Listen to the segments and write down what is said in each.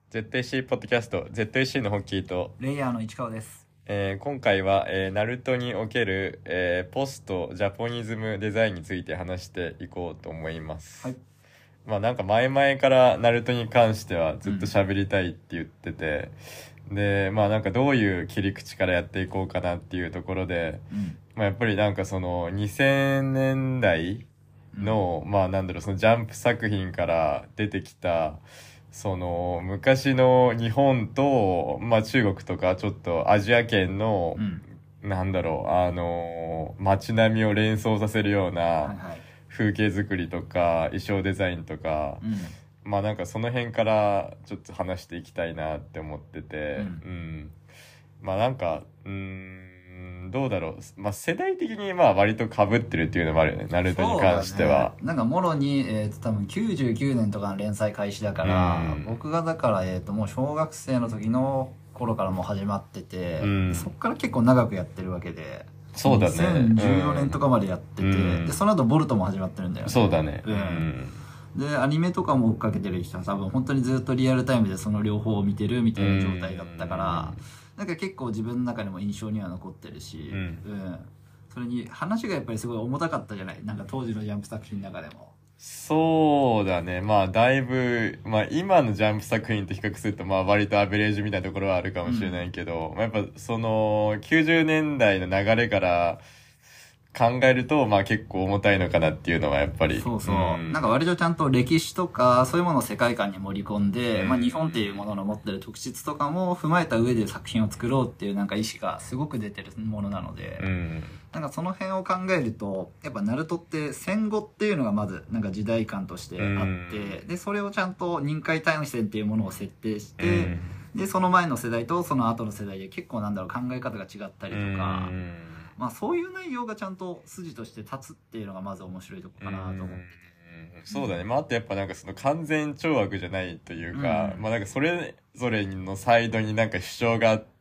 ZSC ポッドキャスト ZSC のホッキーと、 レイヤーの市川です。 今回は、ナルトにおける、ポストジャポニズムデザインについて話していこうと思います。 はい。 まあなんか前々からナルトに関してはずっと喋りたいって言ってて、でまあなんかどういう切り口からやっていこうかなっていうところで、まあやっぱりなんかその2000年代の、まあなんだろう、そのジャンプ作品から出てきたその昔の日本と、まあ中国とかちょっとアジア圏の、なんだろう、街並みを連想させるような風景作りとか衣装デザインとか、まあなんかその辺からちょっと話していきたいなって思ってて、まあなんかどうだろう、まあ世代的にまあ割と被ってるっていうのもあるよね、ナルトに関しては。 なんかもろに、多分99年とかの連載開始だから、僕がだから、もう小学生の時の頃からもう始まってて、そっから結構長くやってるわけで。 そうだね。 2014年とかまでやってて、でその後ボルトも始まってるんだよね。 そうだね。 でアニメとかも追っかけてる人は多分本当にずっとリアルタイムでその両方を見てるみたいな状態だったから、なんか結構自分の中でも印象には残ってるし、それに話がやっぱりすごい重たかったじゃない、なんか当時のジャンプ作品の中でも。 そうだね。まあだいぶ、まあ今のジャンプ作品と比較するとまあ割とアベレージみたいなところはあるかもしれないけど、まあ、やっぱその90年代の流れから考えるとまあ結構重たいのかなっていうのはやっぱり。 そうそう、なんか割とちゃんと歴史とかそういうものを世界観に盛り込んで、まあ日本っていうものの持ってる特質とかも踏まえた上で作品を作ろうっていうなんか意思がすごく出てるものなので、なんかその辺を考えるとやっぱナルトって戦後っていうのがまずなんか時代感としてあって、でそれをちゃんと任海大戦っていうものを設定して、でその前の世代とその後の世代で結構なんだろう考え方が違ったりとか、まあそういう内容がちゃんと筋として立つっていうのがまず面白いとこかなと思ってて。 そうだね。まああとやっぱなんかその完全懲悪じゃないというか、まあなんかそれぞれのサイドになんか主張があって、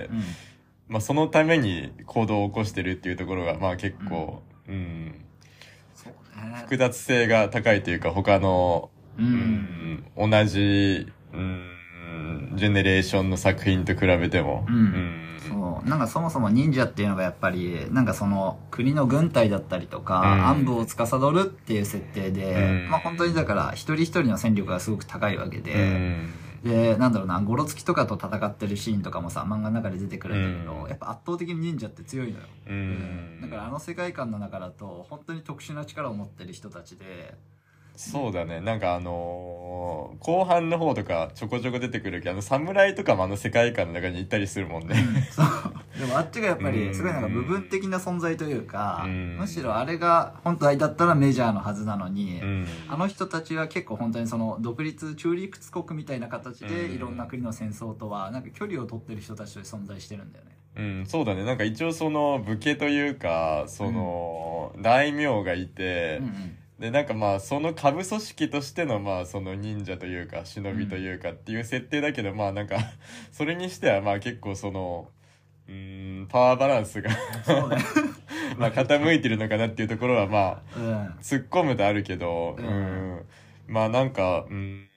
まあそのために行動を起こしてるっていうところがまあ結構、そうね、複雑性が高いというか他の、同じ、ジェネレーションの作品と比べても、 そうなんかそもそも忍者っていうのがやっぱりなんかその国の軍隊だったりとか、暗部を司るっていう設定で、まあ本当にだから一人一人の戦力がすごく高いわけで、でなんだろうな、ゴロツキとかと戦ってるシーンとかもさ漫画の中で出てくるんだけど、やっぱ圧倒的に忍者って強いのよ。だからあの世界観の中だと本当に特殊な力を持ってる人たちで。 そうだね。なんか後半の方とかちょこちょこ出てくるけど、侍とかもあの世界観の中にいたりするもんね。 そうでもあっちがやっぱりすごいなんか部分的な存在というか、むしろあれが本来だったらメジャーのはずなのに、あの人たちは結構本当にその独立中立国みたいな形でいろんな国の戦争とはなんか距離を取ってる人たちとして存在してるんだよね。 そうだね。なんか一応その武家というかその大名がいて、でなんかまあその下部組織としてのまあその忍者というか忍びというかっていう設定だけど、まあなんかそれにしてはまあ結構そのパワーバランスがそうねまあ傾いてるのかなっていうところはまあ突っ込むとあるけど、まあなんか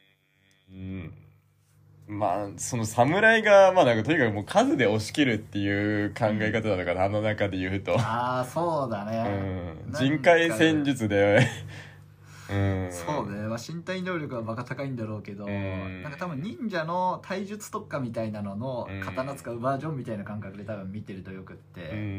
まあその侍がまあなんかとにかくもう数で押し切るっていう考え方なのかな、あの中で言うと。 ああそうだね、 人海戦術でそうね、まあ、身体能力はバカ高いんだろうけど、なんか多分忍者の体術特化みたいなのの刀使うバージョンみたいな感覚で多分見てるとよくって、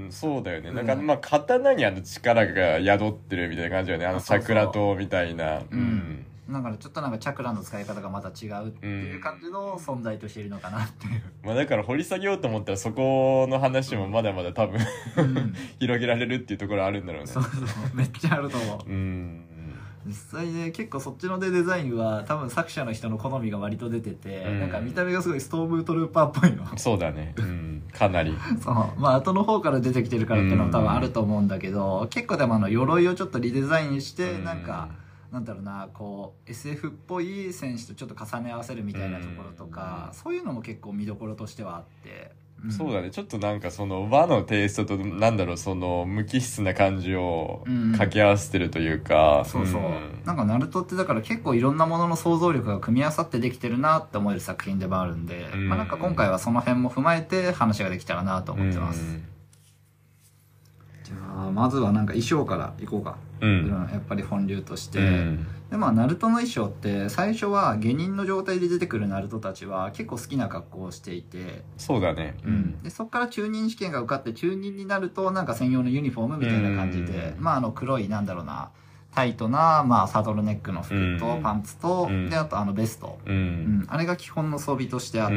そうだよね。なんかまあ刀に力が宿ってるみたいな感じだよね、チャクラ刀みたいな。 だからちょっとなんかチャクラの使い方がまた違うっていう感じの存在としているのかなっていう、 まあだから掘り下げようと思ったらそこの話もまだまだ多分広げられるっていうところあるんだろうね。 そうめっちゃあると思う。実際ね結構そっちのデザインは多分作者の人の好みが割と出てて、なんか見た目がすごいストームトルーパーっぽいの。 そうだね、かなりそうまあ後の方から出てきてるからっていうのも多分あると思うんだけど、結構でも鎧をちょっとリデザインして、なんかなんだろうな、こう SF っぽい戦士とちょっと重ね合わせるみたいなところとか、そういうのも結構見どころとしてはあって、 そうだね。ちょっとなんかその和のテイストとなんだろう、その無機質な感じを掛け合わせてるというか、 そうそう、なんかナルトってだから結構いろんなものの想像力が組み合わさってできてるなって思える作品でもあるんで、まあなんか今回はその辺も踏まえて話ができたらなと思ってます。じゃあまずはなんか衣装からいこうか。やっぱり本流として、でまあナルトの衣装って最初は下忍の状態で出てくるナルトたちは結構好きな格好をしていて、 そうだね、 でそこから中忍試験が受かって中忍になるとなんか専用のユニフォームみたいな感じで、まあ黒いなんだろうなタイトな、まあ、サドルネックの服とパンツと、であとベスト、あれが基本の装備としてあって、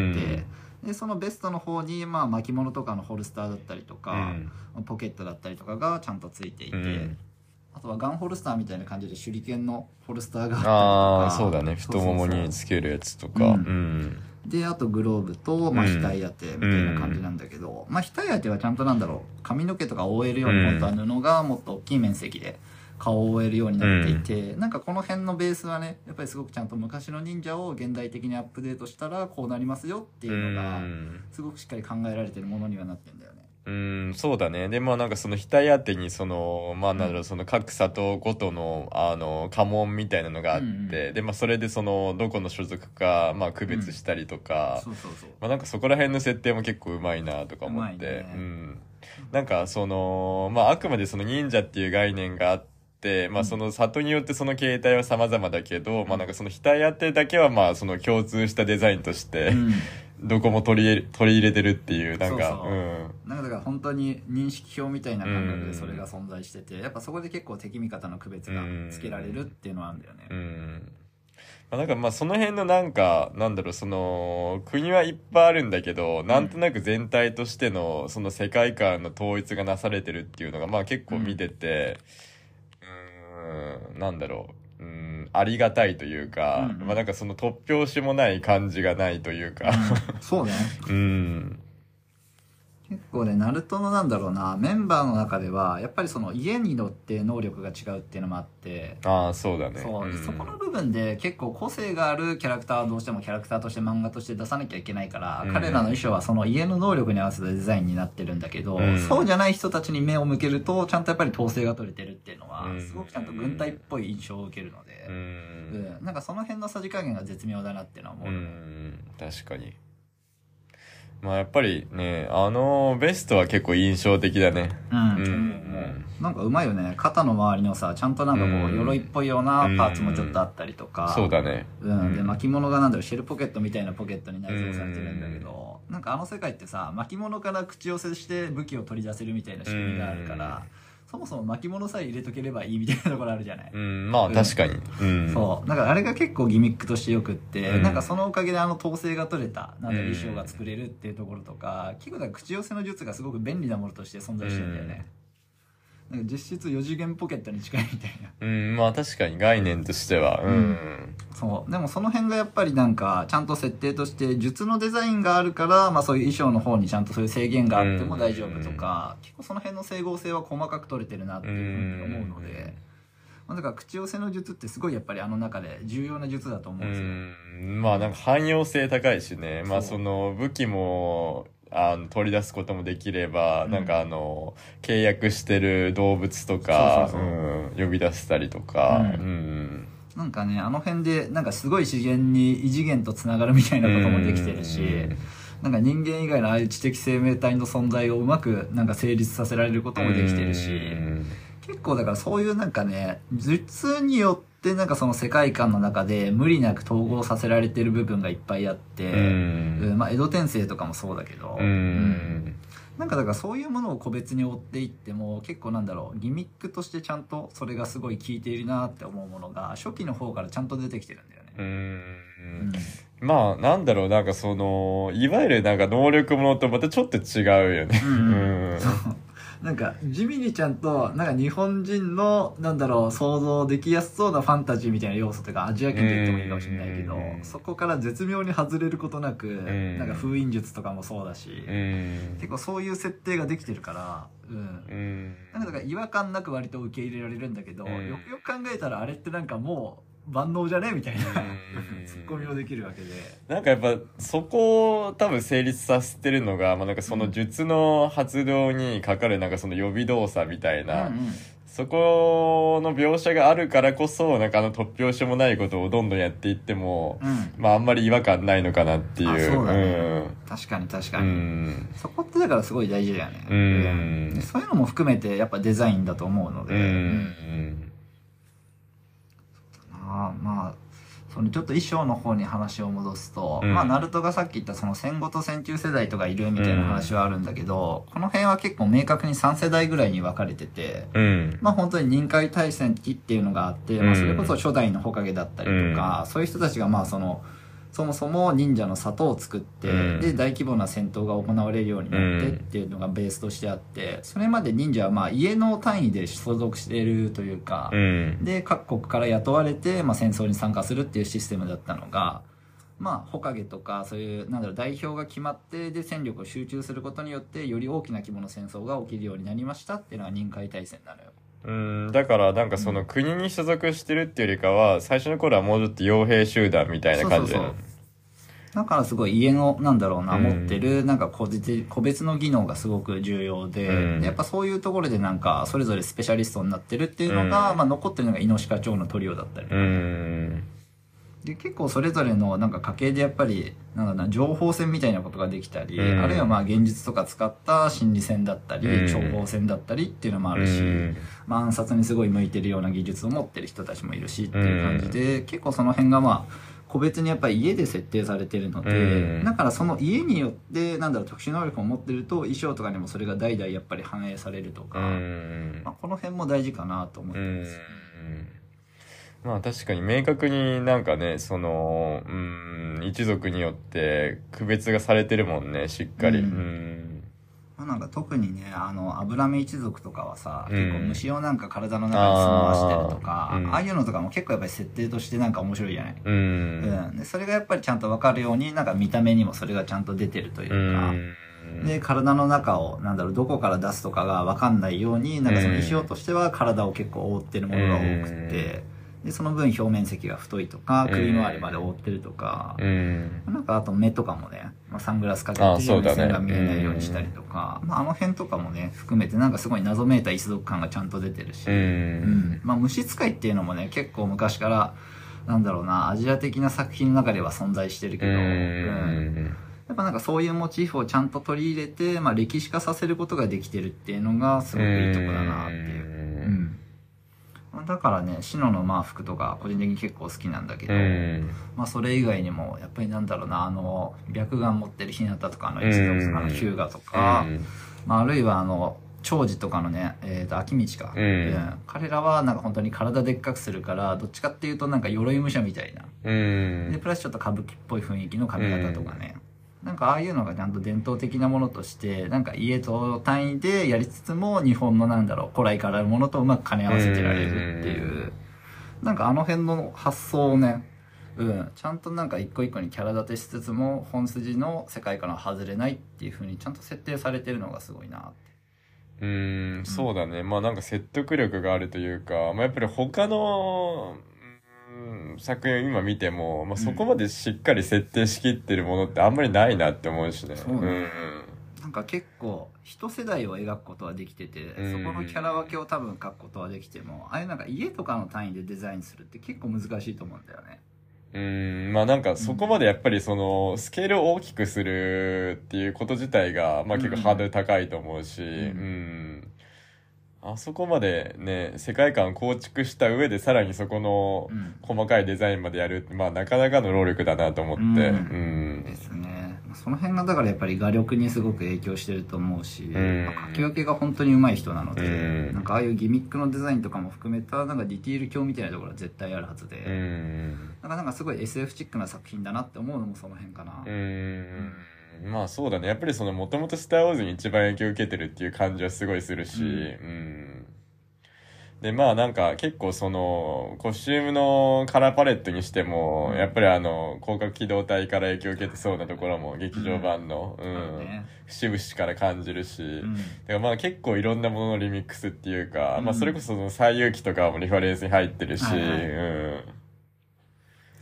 でそのベストの方に、まあ、巻物とかのホルスターだったりとか、ポケットだったりとかがちゃんとついていて、あとはガンホルスターみたいな感じで手裏剣のホルスターがあったりとか、 そうだね、太ももにつけるやつとか、 であとグローブと、まあ、額当てみたいな感じなんだけど、まあ、額当てはちゃんとなんだろう、髪の毛とか覆えるように本当は布がもっと大きい面積で顔を覆えるようになっていて、なんかこの辺のベースはねやっぱりすごくちゃんと昔の忍者を現代的にアップデートしたらこうなりますよっていうのがすごくしっかり考えられてるものにはなってんだよね。 そうだね。でもなんかその額当てにそのまあなんだろう、その各里ごとの家紋みたいなのがあって、でまあそれでそのどこの所属かまあ区別したりとか、まあなんかそこら辺の設定も結構うまいなとか思って、なんかそのまああくまでその忍者っていう概念があって、まあその里によってその形態は様々だけど、まあなんかその額当てだけはまあその共通したデザインとして、どこも取り入れてるっていう、なんかなんかだから本当に認識表みたいな感覚でそれが存在してて、やっぱそこで結構敵味方の区別がつけられるっていうのはあるんだよね。 なんかまあその辺のなんかなんだろう、その国はいっぱいあるんだけど、なんとなく全体としてのその世界観の統一がなされてるっていうのがまあ結構見てて、なんだろう、ありがたいというか、まあなんかその突拍子もない感じがないというか、 そうね。結構ね、ナルトのなんだろうな、メンバーの中ではやっぱりその家によって能力が違うっていうのもあって、 そうだね。 そこの部分で結構個性があるキャラクターはどうしてもキャラクターとして漫画として出さなきゃいけないから、彼らの衣装はその家の能力に合わせたデザインになってるんだけど、そうじゃない人たちに目を向けるとちゃんとやっぱり統制が取れてるっていうのは、すごくちゃんと軍隊っぽい印象を受けるので、なんかその辺のさじ加減が絶妙だなっていうのは思う。 確かに。まあやっぱりね、ベストは結構印象的だね。 なんかうまいよね。肩の周りのさ、ちゃんとなんかこう鎧っぽいようなパーツもちょっとあったりとか。 そうだね。 で巻物がなんだろう、シェルポケットみたいなポケットに内蔵されてるんだけど、なんか世界ってさ、巻物から口寄せして武器を取り出せるみたいな仕組みがあるから、そもそも巻物さえ入れとければいいみたいなところあるじゃない。 まあ確かに。 そう。だからあれが結構ギミックとしてよくって、なんかそのおかげで統制が取れた、なんだろう、衣装が作れるっていうところとか、結構だから口寄せの術がすごく便利なものとして存在してるんだよね。なんか実質4次元ポケットに近いみたいな。 まあ確かに概念としては。 そう。でもその辺がやっぱりなんか、ちゃんと設定として術のデザインがあるから、まあそういう衣装の方にちゃんとそういう制限があっても大丈夫とか、結構その辺の整合性は細かく取れてるなっていうふうに思うので、だから口寄せの術ってすごいやっぱり中で重要な術だと思うんですよ。 まあなんか汎用性高いしね。まあその武器も、取り出すこともできれば、なんか契約してる動物とか、呼び出したりとか、 なんかね、辺で、なんかすごい次元に異次元とつながるみたいなこともできてるし、なんか人間以外のああいう知的生命体の存在をうまくなんか成立させられることもできてるし、結構だからそういうなんかね、術によってなんかその世界観の中で無理なく統合させられてる部分がいっぱいあって、まあ江戸転生とかもそうだけど、なんかだからそういうものを個別に追っていっても結構なんだろう、ギミックとしてちゃんとそれがすごい効いているなって思うものが初期の方からちゃんと出てきてるんだよね。 まあなんだろう、なんかそのいわゆるなんか能力ものとまたちょっと違うよね。 なんか地味にちゃんとなんか日本人のなんだろう想像できやすそうなファンタジーみたいな要素とかアジア圏で言ってもいいかもしれないけど、そこから絶妙に外れることなく、なんか封印術とかもそうだし、結構そういう設定ができてるから、なんかだから違和感なく割と受け入れられるんだけど、よくよく考えたらあれってなんかもう万能じゃねみたいなツッコミをできるわけで、 なんかやっぱそこを多分成立させてるのが、まあ、なんかその術の発動にかかるなんかその予備動作みたいな、そこの描写があるからこそなんか突拍子もないことをどんどんやっていっても、まああんまり違和感ないのかなっていう。 そうだね、確かに確かに、そこってだからすごい大事だよね。そういうのも含めてやっぱデザインだと思うので、まあそのちょっと衣装の方に話を戻すと、まあナルトがさっき言ったその戦後と戦中世代とかいるみたいな話はあるんだけど、この辺は結構明確に3世代ぐらいに分かれてて、まあ本当に臨海大戦期っていうのがあって、まあそれこそ初代の火影だったりとか、そういう人たちがまあそもそも忍者の里を作って、で大規模な戦闘が行われるようになってっていうのがベースとしてあって、それまで忍者はまあ家の単位で所属しているというか、で各国から雇われてまあ戦争に参加するっていうシステムだったのが、まあ火影とかそういう代表が決まって、で戦力を集中することによってより大きな規模の戦争が起きるようになりましたっていうのが臨海大戦なのよ。 だからなんかその国に所属してるっていうよりかは、最初の頃はもうちょっと傭兵集団みたいな感じで、 だからすごい家の持ってるなんか個別の技能がすごく重要で、やっぱそういうところでなんかそれぞれスペシャリストになってるっていうのが、まあ残ってるのが猪鹿町のトリオだったりとか、で結構それぞれのなんか家系でやっぱり情報戦みたいなことができたり、あるいはまあ現実とか使った心理戦だったり、諜報戦だったりっていうのもあるし、まあ暗殺にすごい向いてるような技術を持ってる人たちもいるしっていう感じで、結構その辺がまあ個別にやっぱり家で設定されてるので、だからその家によって特殊能力を持ってると衣装とかにもそれが代々やっぱり反映されるとか、まあ、この辺も大事かなと思ってます。 まあ確かに明確になんかね、一族によって区別がされてるもんね、しっかり。 なんか特にね、脂身一族とかはさ、結構虫をなんか体の中に住まわしてるとか、ああいうのとかも結構やっぱり設定としてなんか面白いじゃない。でそれがやっぱりちゃんと分かるように、なんか見た目にもそれがちゃんと出てるというか、で体の中をどこから出すとかが分かんないように、なんかその衣装としては体を結構覆ってるものが多くて、でその分表面積が太いとか、首周りまで覆ってるとか、なんかあと目とかもね、まあ、サングラスかけて目線が見えないようにしたりとか、まあ、あの辺とかもね含めてなんかすごい謎めいた一族感がちゃんと出てるし、まあ虫使いっていうのもね結構昔からアジア的な作品の中では存在してるけど、やっぱなんかそういうモチーフをちゃんと取り入れて、まあ、歴史化させることができてるっていうのがすごくいいとこだなっていう。だからね、シノのまあ服とか個人的に結構好きなんだけど、まあそれ以外にもやっぱり白眼持ってる日向とかの一族とかのヒューガとか、まあ、あるいは長寿とかのね、秋道か、彼らはなんか本当に体でっかくするから、どっちかっていうとなんか鎧武者みたいな、でプラスちょっと歌舞伎っぽい雰囲気の髪型とかね、なんかああいうのがちゃんと伝統的なものとしてなんか家と単位でやりつつも、日本の古来からあるものとうまく兼ね合わせてられるっていう、なんかあの辺の発想をね、ちゃんとなんか一個一個にキャラ立てしつつも本筋の世界から外れないっていう風にちゃんと設定されてるのがすごいなって。 そうだね。まあなんか説得力があるというか、まあやっぱり他の作品を今見ても、まあ、そこまでしっかり設定しきってるものってあんまりないなって思うしね。 なんか結構一世代を描くことはできてて、そこのキャラ分けを多分描くことはできても、ああいうなんか家とかの単位でデザインするって結構難しいと思うんだよね。 まあなんかそこまでやっぱりそのスケールを大きくするっていうこと自体がまあ結構ハードル高いと思うし、あそこまでね、世界観を構築した上でさらにそこの細かいデザインまでやるって、まあなかなかの労力だなと思って。 ですね。その辺がだからやっぱり画力にすごく影響してると思うし、書き分けが本当に上手い人なので、なんかああいうギミックのデザインとかも含めたなんかディティール鏡みたいなところは絶対あるはずで、なんかすごい SF チックな作品だなって思うのもその辺かな。 まあそうだね。やっぱりそのもともとスターウォーズに一番影響を受けてるっていう感じはすごいするし、でまあなんか結構そのコスチュームのカラーパレットにしても、やっぱり広角機動隊から影響を受けてそうなところも劇場版の、節々から感じるし、だからまあ結構いろんなもののリミックスっていうか、まあそれこそその西遊記とかもリファレンスに入ってるし、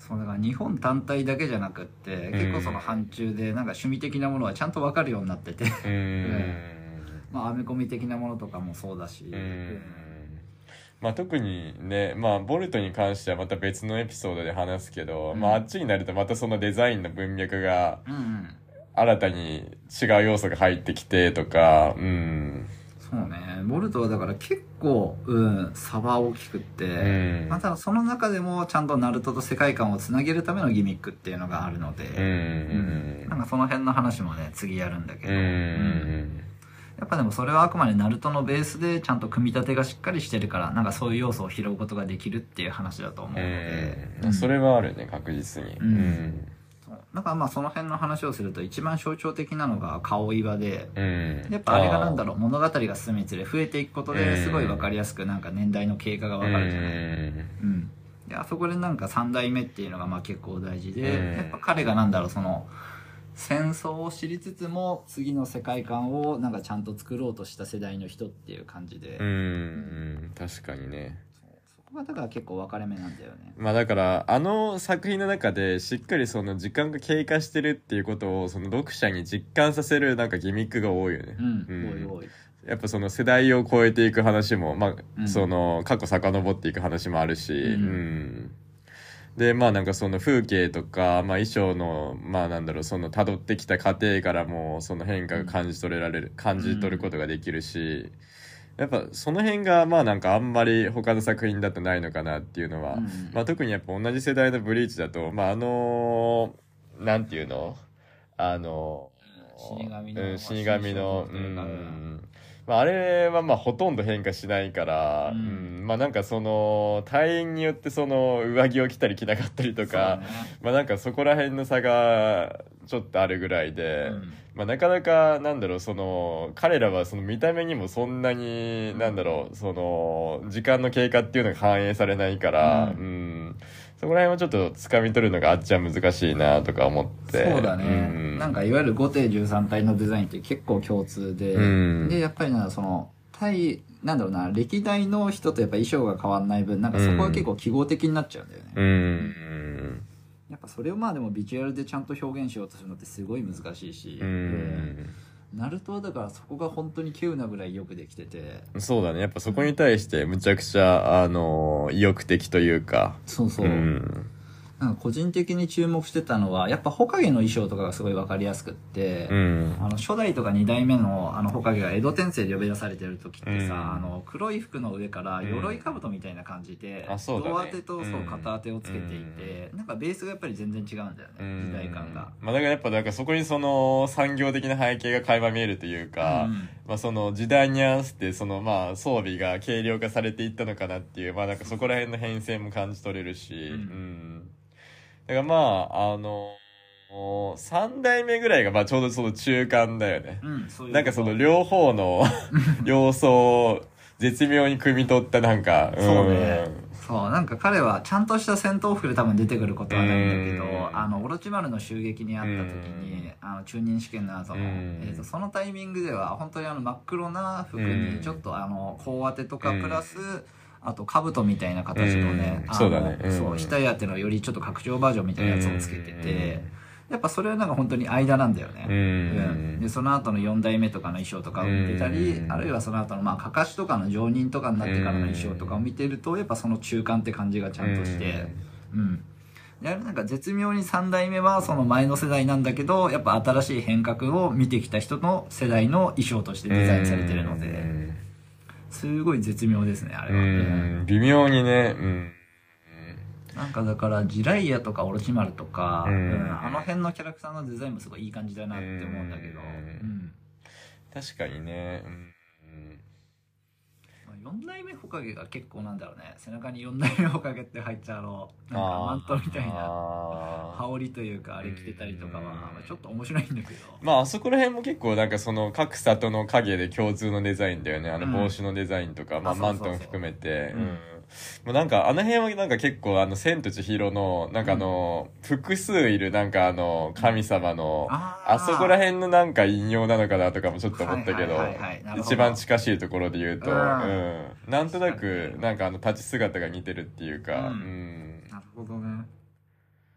そうだから日本単体だけじゃなくって結構その範疇でなんか趣味的なものはちゃんと分かるようになっててまあアメコミ的なものとかもそうだし、 まあ特にね、まあボルトに関してはまた別のエピソードで話すけど、まああっちになるとまたそのデザインの文脈が新たに違う要素が入ってきてとか、 そうね、ボルトはだから結構、差は大きくって、まあ、ただその中でもちゃんとナルトと世界観をつなげるためのギミックっていうのがあるので、なんかその辺の話もね、次やるんだけど、やっぱでもそれはあくまでナルトのベースでちゃんと組み立てがしっかりしてるから、なんかそういう要素を拾うことができるっていう話だと思うので、 それはあるね、確実に。 だからまあその辺の話をすると一番象徴的なのが顔岩で、やっぱあれがなんだろう、物語が進むにつれ増えていくことですごい分かりやすくなんか年代の経過が分かるじゃない。であそこでなんか3代目っていうのがまあ結構大事で、やっぱ彼がなんだろう、その戦争を知りつつも次の世界観をなんかちゃんと作ろうとした世代の人っていう感じで、 確かにね。 そこがだから結構分かれ目なんだよね。 まあだからあの作品の中でしっかりその時間が経過してるっていうことをその読者に実感させるなんかギミックが多いよね。多い。やっぱその世代を超えていく話も、まあその過去遡っていく話もあるし、でまあなんかその風景とか、まあ、衣装のまあなんだろう、その辿ってきた過程からもその変化が感じ取ることができるし、やっぱその辺がまあなんかあんまり他の作品だとないのかなっていうのは、まあ特にやっぱ同じ世代のブリーチだと、まあなんていうの、死神のまあ、あれはまあほとんど変化しないから、まあなんかその隊員によってその上着を着たり着なかったりとか、まあなんかそこら辺の差がちょっとあるぐらいで、まあなかなかなんだろう、その彼らはその見た目にもそんなになんだろう、その時間の経過っていうのが反映されないから、そこら辺はちょっと掴み取るのがあっちは難しいなとか思って。 そうだね、なんかいわゆる5帝13体のデザインって結構共通で、でやっぱりなんかそのなんだろうな、歴代の人とやっぱ衣装が変わんない分、なんかそこは結構記号的になっちゃうんだよね。やっぱそれをまあでもビジュアルでちゃんと表現しようとするのってすごい難しいし、ナルトはだからそこが本当に稀有なぐらいよくできてて、 そうだね、やっぱそこに対してむちゃくちゃ意欲的というか、 なんか個人的に注目してたのはやっぱホカゲの衣装とかがすごい分かりやすくって、初代とか2代目のホカゲが江戸転生で呼び出されてる時ってさ、黒い服の上から鎧兜みたいな感じで、胴当てと肩当てをつけていて、なんかベースがやっぱり全然違うんだよね、時代感が。 まあだからやっぱなんかそこにその産業的な背景が垣間見えるというか、まあその時代に合わせてそのまあ装備が軽量化されていったのかなっていう、まあなんかそこら辺の変遷も感じ取れるし、だからまあ3代目ぐらいがまあちょうどその中間だよね。なんかその両方の要素を絶妙に汲み取ったなんか、 そうなんか彼はちゃんとした戦闘服で多分出てくることはないんだけど、オロチマルの襲撃にあった時に中任試験の後の、そのタイミングでは本当に真っ黒な服にちょっと甲当てとかプラス、あと兜みたいな形のね、 そうだね、 そう額当てのよりちょっと拡張バージョンみたいなやつをつけてて、やっぱそれはなんか本当に間なんだよね。でその後の4代目とかの衣装とかを見てたり、あるいはその後のまあかかしとかの常任とかになってからの衣装とかを見てると、やっぱその中間って感じがちゃんとして、でなんか絶妙に3代目はその前の世代なんだけど、やっぱ新しい変革を見てきた人の世代の衣装としてデザインされてるので、すごい絶妙ですね、あれは。 微妙にね、 なんかだからジライアとかオロチマルとか、あの辺のキャラクターのデザインもすごいいい感じだなって思うんだけど、 確かにね、 4代目ホカゲが結構なんだろうね、背中に4代目ホカゲって入っちゃうなんかマントみたいな羽織というかあれ着てたりとかはちょっと面白いんだけど、 まああそこら辺も結構なんかその各里の影で共通のデザインだよね。帽子のデザインとか、まあマントも含めて、もうなんかあの辺はなんか結構千と千尋のなんか複数いるなんか神様のあそこら辺のなんか引用なのかなとかもちょっと思ったけど、一番近しいところで言うと、なんとなくなんか立ち姿が似てるっていうか、 なるほどね。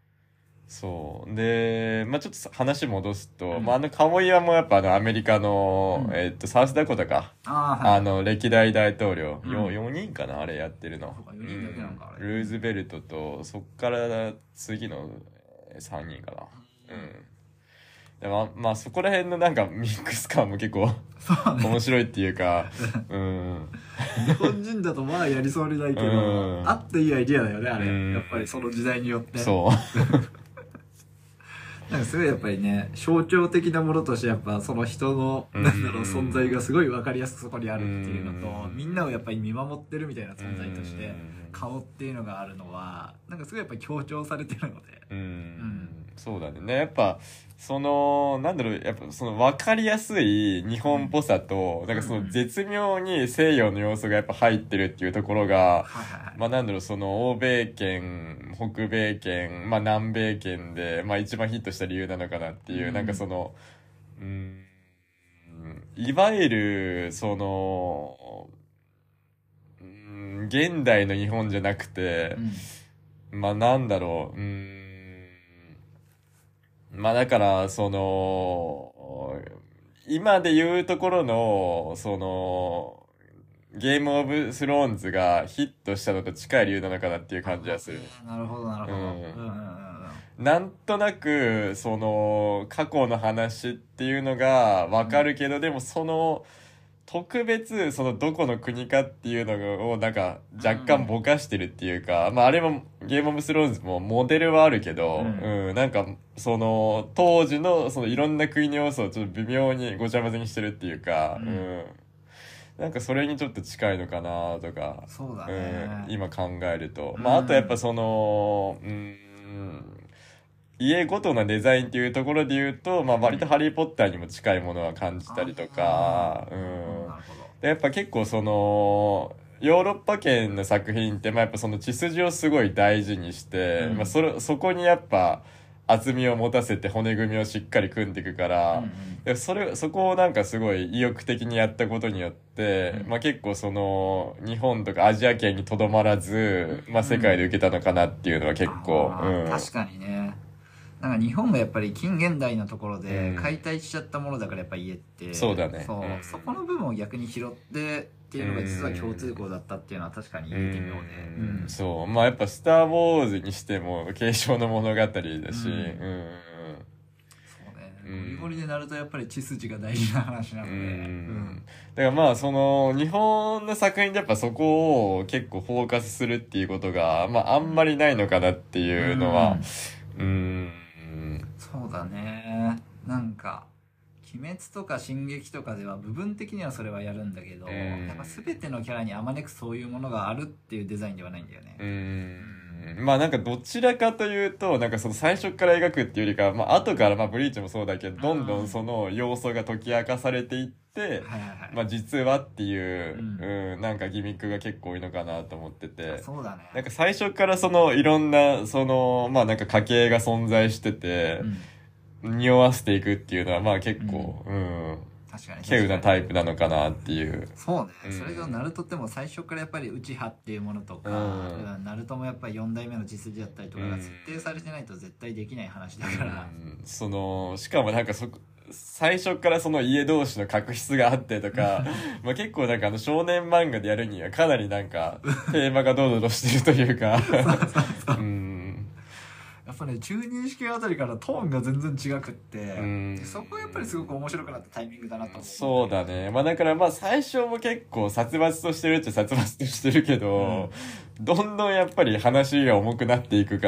そうで、ちょっと話戻すと、カモイはもうやっぱアメリカの、サウスダコタか、歴代大統領、4人かなあれやってるの、ルーズベルトとそっから次の3人かな。でそこら辺のなんかミックス感も結構面白いっていうか日本人だとやりそうにないけど、あっていいアイディアだよねあれ、やっぱりその時代によって。なんかすごいやっぱりね、象徴的なものとしてやっぱその人の存在がすごい分かりやすくそこにあるっていうのと、みんなをやっぱり見守ってるみたいな存在として顔っていうのがあるのはなんかすごいやっぱり強調されてるので、 そうだね。やっぱそのやっぱその分かりやすい日本っぽさと、なんかその絶妙に西洋の要素がやっぱ入ってるっていうところが、その欧米圏、北米圏、南米圏で一番ヒットした理由なのかなっていう、なんかそのいわゆるその現代の日本じゃなくて、だからその今で言うところのそのゲームオブスローンズがヒットしたのと近い理由なのかなっていう感じがする。 なるほどなるほど。 なんとなくその過去の話っていうのがわかるけど、でもその特別そのどこの国かっていうのをなんか若干ぼかしてるっていうか、あれもゲームオブスローンズもモデルはあるけど、なんかその当時のそのいろんな国の要素をちょっと微妙にごちゃ混ぜにしてるっていうか、なんかそれにちょっと近いのかなとか、 そうだね、 今考えると、あとやっぱその家ごとのデザインっていうところで言うと、割とハリー・ポッターにも近いものは感じたりとか、でやっぱ結構そのヨーロッパ圏の作品ってやっぱその血筋をすごい大事にして、そこにやっぱ厚みを持たせて骨組みをしっかり組んでいくから、そこをなんかすごい意欲的にやったことによって、結構その日本とかアジア圏にとどまらず、世界で受けたのかなっていうのは結構、 確かにね。なんか日本がやっぱり近現代のところで解体しちゃったものだからやっぱ家って、 そうだね。 そこの部分を逆に拾ってっていうのが実は共通項だったっていうのは確かに言えてみようで、 そうやっぱスター・ウォーズにしても継承の物語だし、そうね、 ゴリゴリでなるとやっぱり血筋が大事な話なので、 だからその日本の作品でやっぱそこを結構フォーカスするっていうことがあんまりないのかなっていうのはそうだね。なんか鬼滅とか進撃とかでは部分的にはそれはやるんだけど、やっぱ全てのキャラにあまねくそういうものがあるっていうデザインではないんだよね。 なんかどちらかというとなんかその最初から描くっていうよりか後からブリーチもそうだけどどんどんその要素が解き明かされていって、実はっていう、なんかギミックが結構多いのかなと思ってて、 そうだね。 なんか最初からそのいろんなそのなんか家系が存在してて、匂わせていくっていうのは結構確かに稀有なタイプなのかなっていう。 そうね、それがナルトっても最初からやっぱり内派っていうものとか、ナルトもやっぱり4代目の血筋だったりとかが設定されてないと絶対できない話だから、 そのしかもなんか最初からその家同士の確執があってとか結構なんか少年漫画でやるにはかなりなんかテーマがドロドロしてるというかやっぱね、中二式あたりからトーンが全然違くって、そこがやっぱりすごく面白くなったタイミングだなと思って。 そうだね。だから最初も結構殺伐としてるっちゃ殺伐としてるけど、どんどんやっぱり話が重くなっていくから、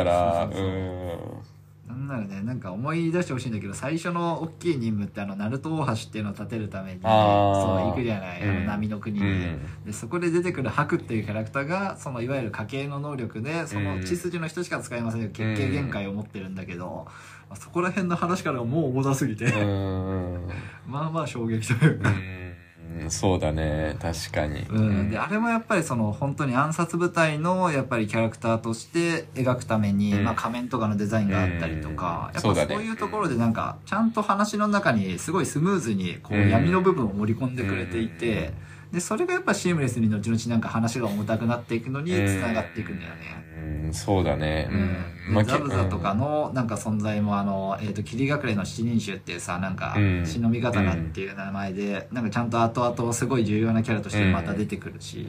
なんならね、なんか思い出してほしいんだけど、最初の大きい任務ってナルト大橋っていうのを建てるために、そう行くじゃない、波の国に、でそこで出てくるハクっていうキャラクターがそのいわゆる家系の能力でその血筋の人しか使えませんよ、血系限界を持ってるんだけど、そこら辺の話からもう重たすぎて衝撃というかそうだね、確かに。 であれもやっぱりその本当に暗殺部隊のやっぱりキャラクターとして描くために、仮面とかのデザインがあったりとか、やっぱそういうところでなんかちゃんと話の中にすごいスムーズにこう闇の部分を盛り込んでくれていて、 でそれがやっぱシームレスに後々なんか話が重たくなっていくのにつながっていくんだよね。 そうだね。 ザブザとかのなんか存在も霧隠れの七人衆っていうさ、なんか忍び刀っていう名前でなんかちゃんと後々すごい重要なキャラとしてまた出てくるし、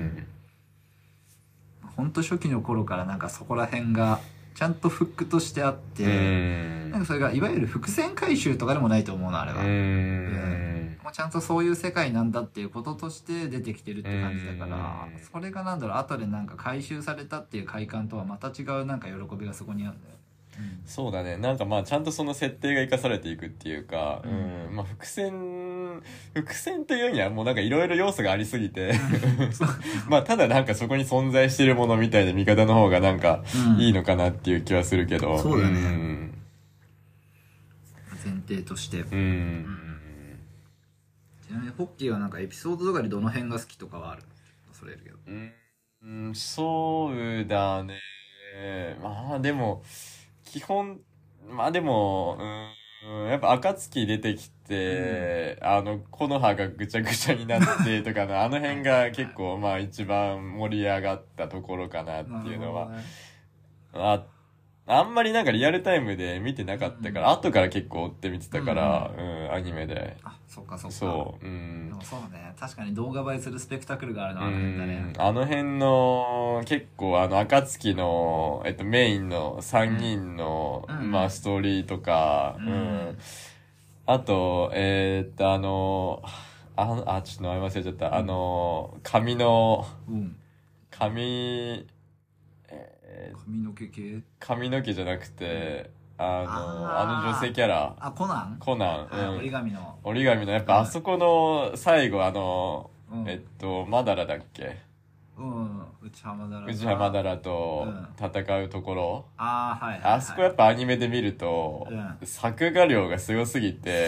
ほんと初期の頃からなんかそこら辺がちゃんとフックとしてあって、なんかそれがいわゆる伏線回収とかでもないと思うの、あれは。もうちゃんとそういう世界なんだっていうこととして出てきてるって感じだから、それがなんだろう、後でなんか回収されたっていう快感とはまた違うなんか喜びがそこにあるんだよ。 そうだね。なんかまあちゃんとその設定が生かされていくっていうか、まあ伏線というにはもうなんかいろいろ要素がありすぎてまあただなんかそこに存在しているものみたいな見方の方がなんかいいのかなっていう気はするけど、 そうだね、前提として。ちなみにホッキーはなんかエピソードとかでどの辺が好きとかはある？それやるけど。 そうだね。まあでも基本、まあでも、やっぱ暁出てきて、木の葉がぐちゃぐちゃになってとかのあの辺が結構まあ一番盛り上がったところかなっていうのは、あんまりなんかリアルタイムで見てなかったから、後から結構追って見てたから、アニメで。 あ、そっかそっか。 そう。 でもそうね。確かに動画映えするスペクタクルがあるのはあの辺だね。 あの辺の、結構暁の、メインの3人の、まあストーリーとか、あと、ちょっと名前忘れちゃった。髪の、 髪の毛系？ 髪の毛じゃなくて、女性キャラ。 コナン。折り紙の。 やっぱあそこの最後マダラだっけ？内浜ダラと戦うところ。あそこやっぱアニメで見ると、作画量がすごすぎて、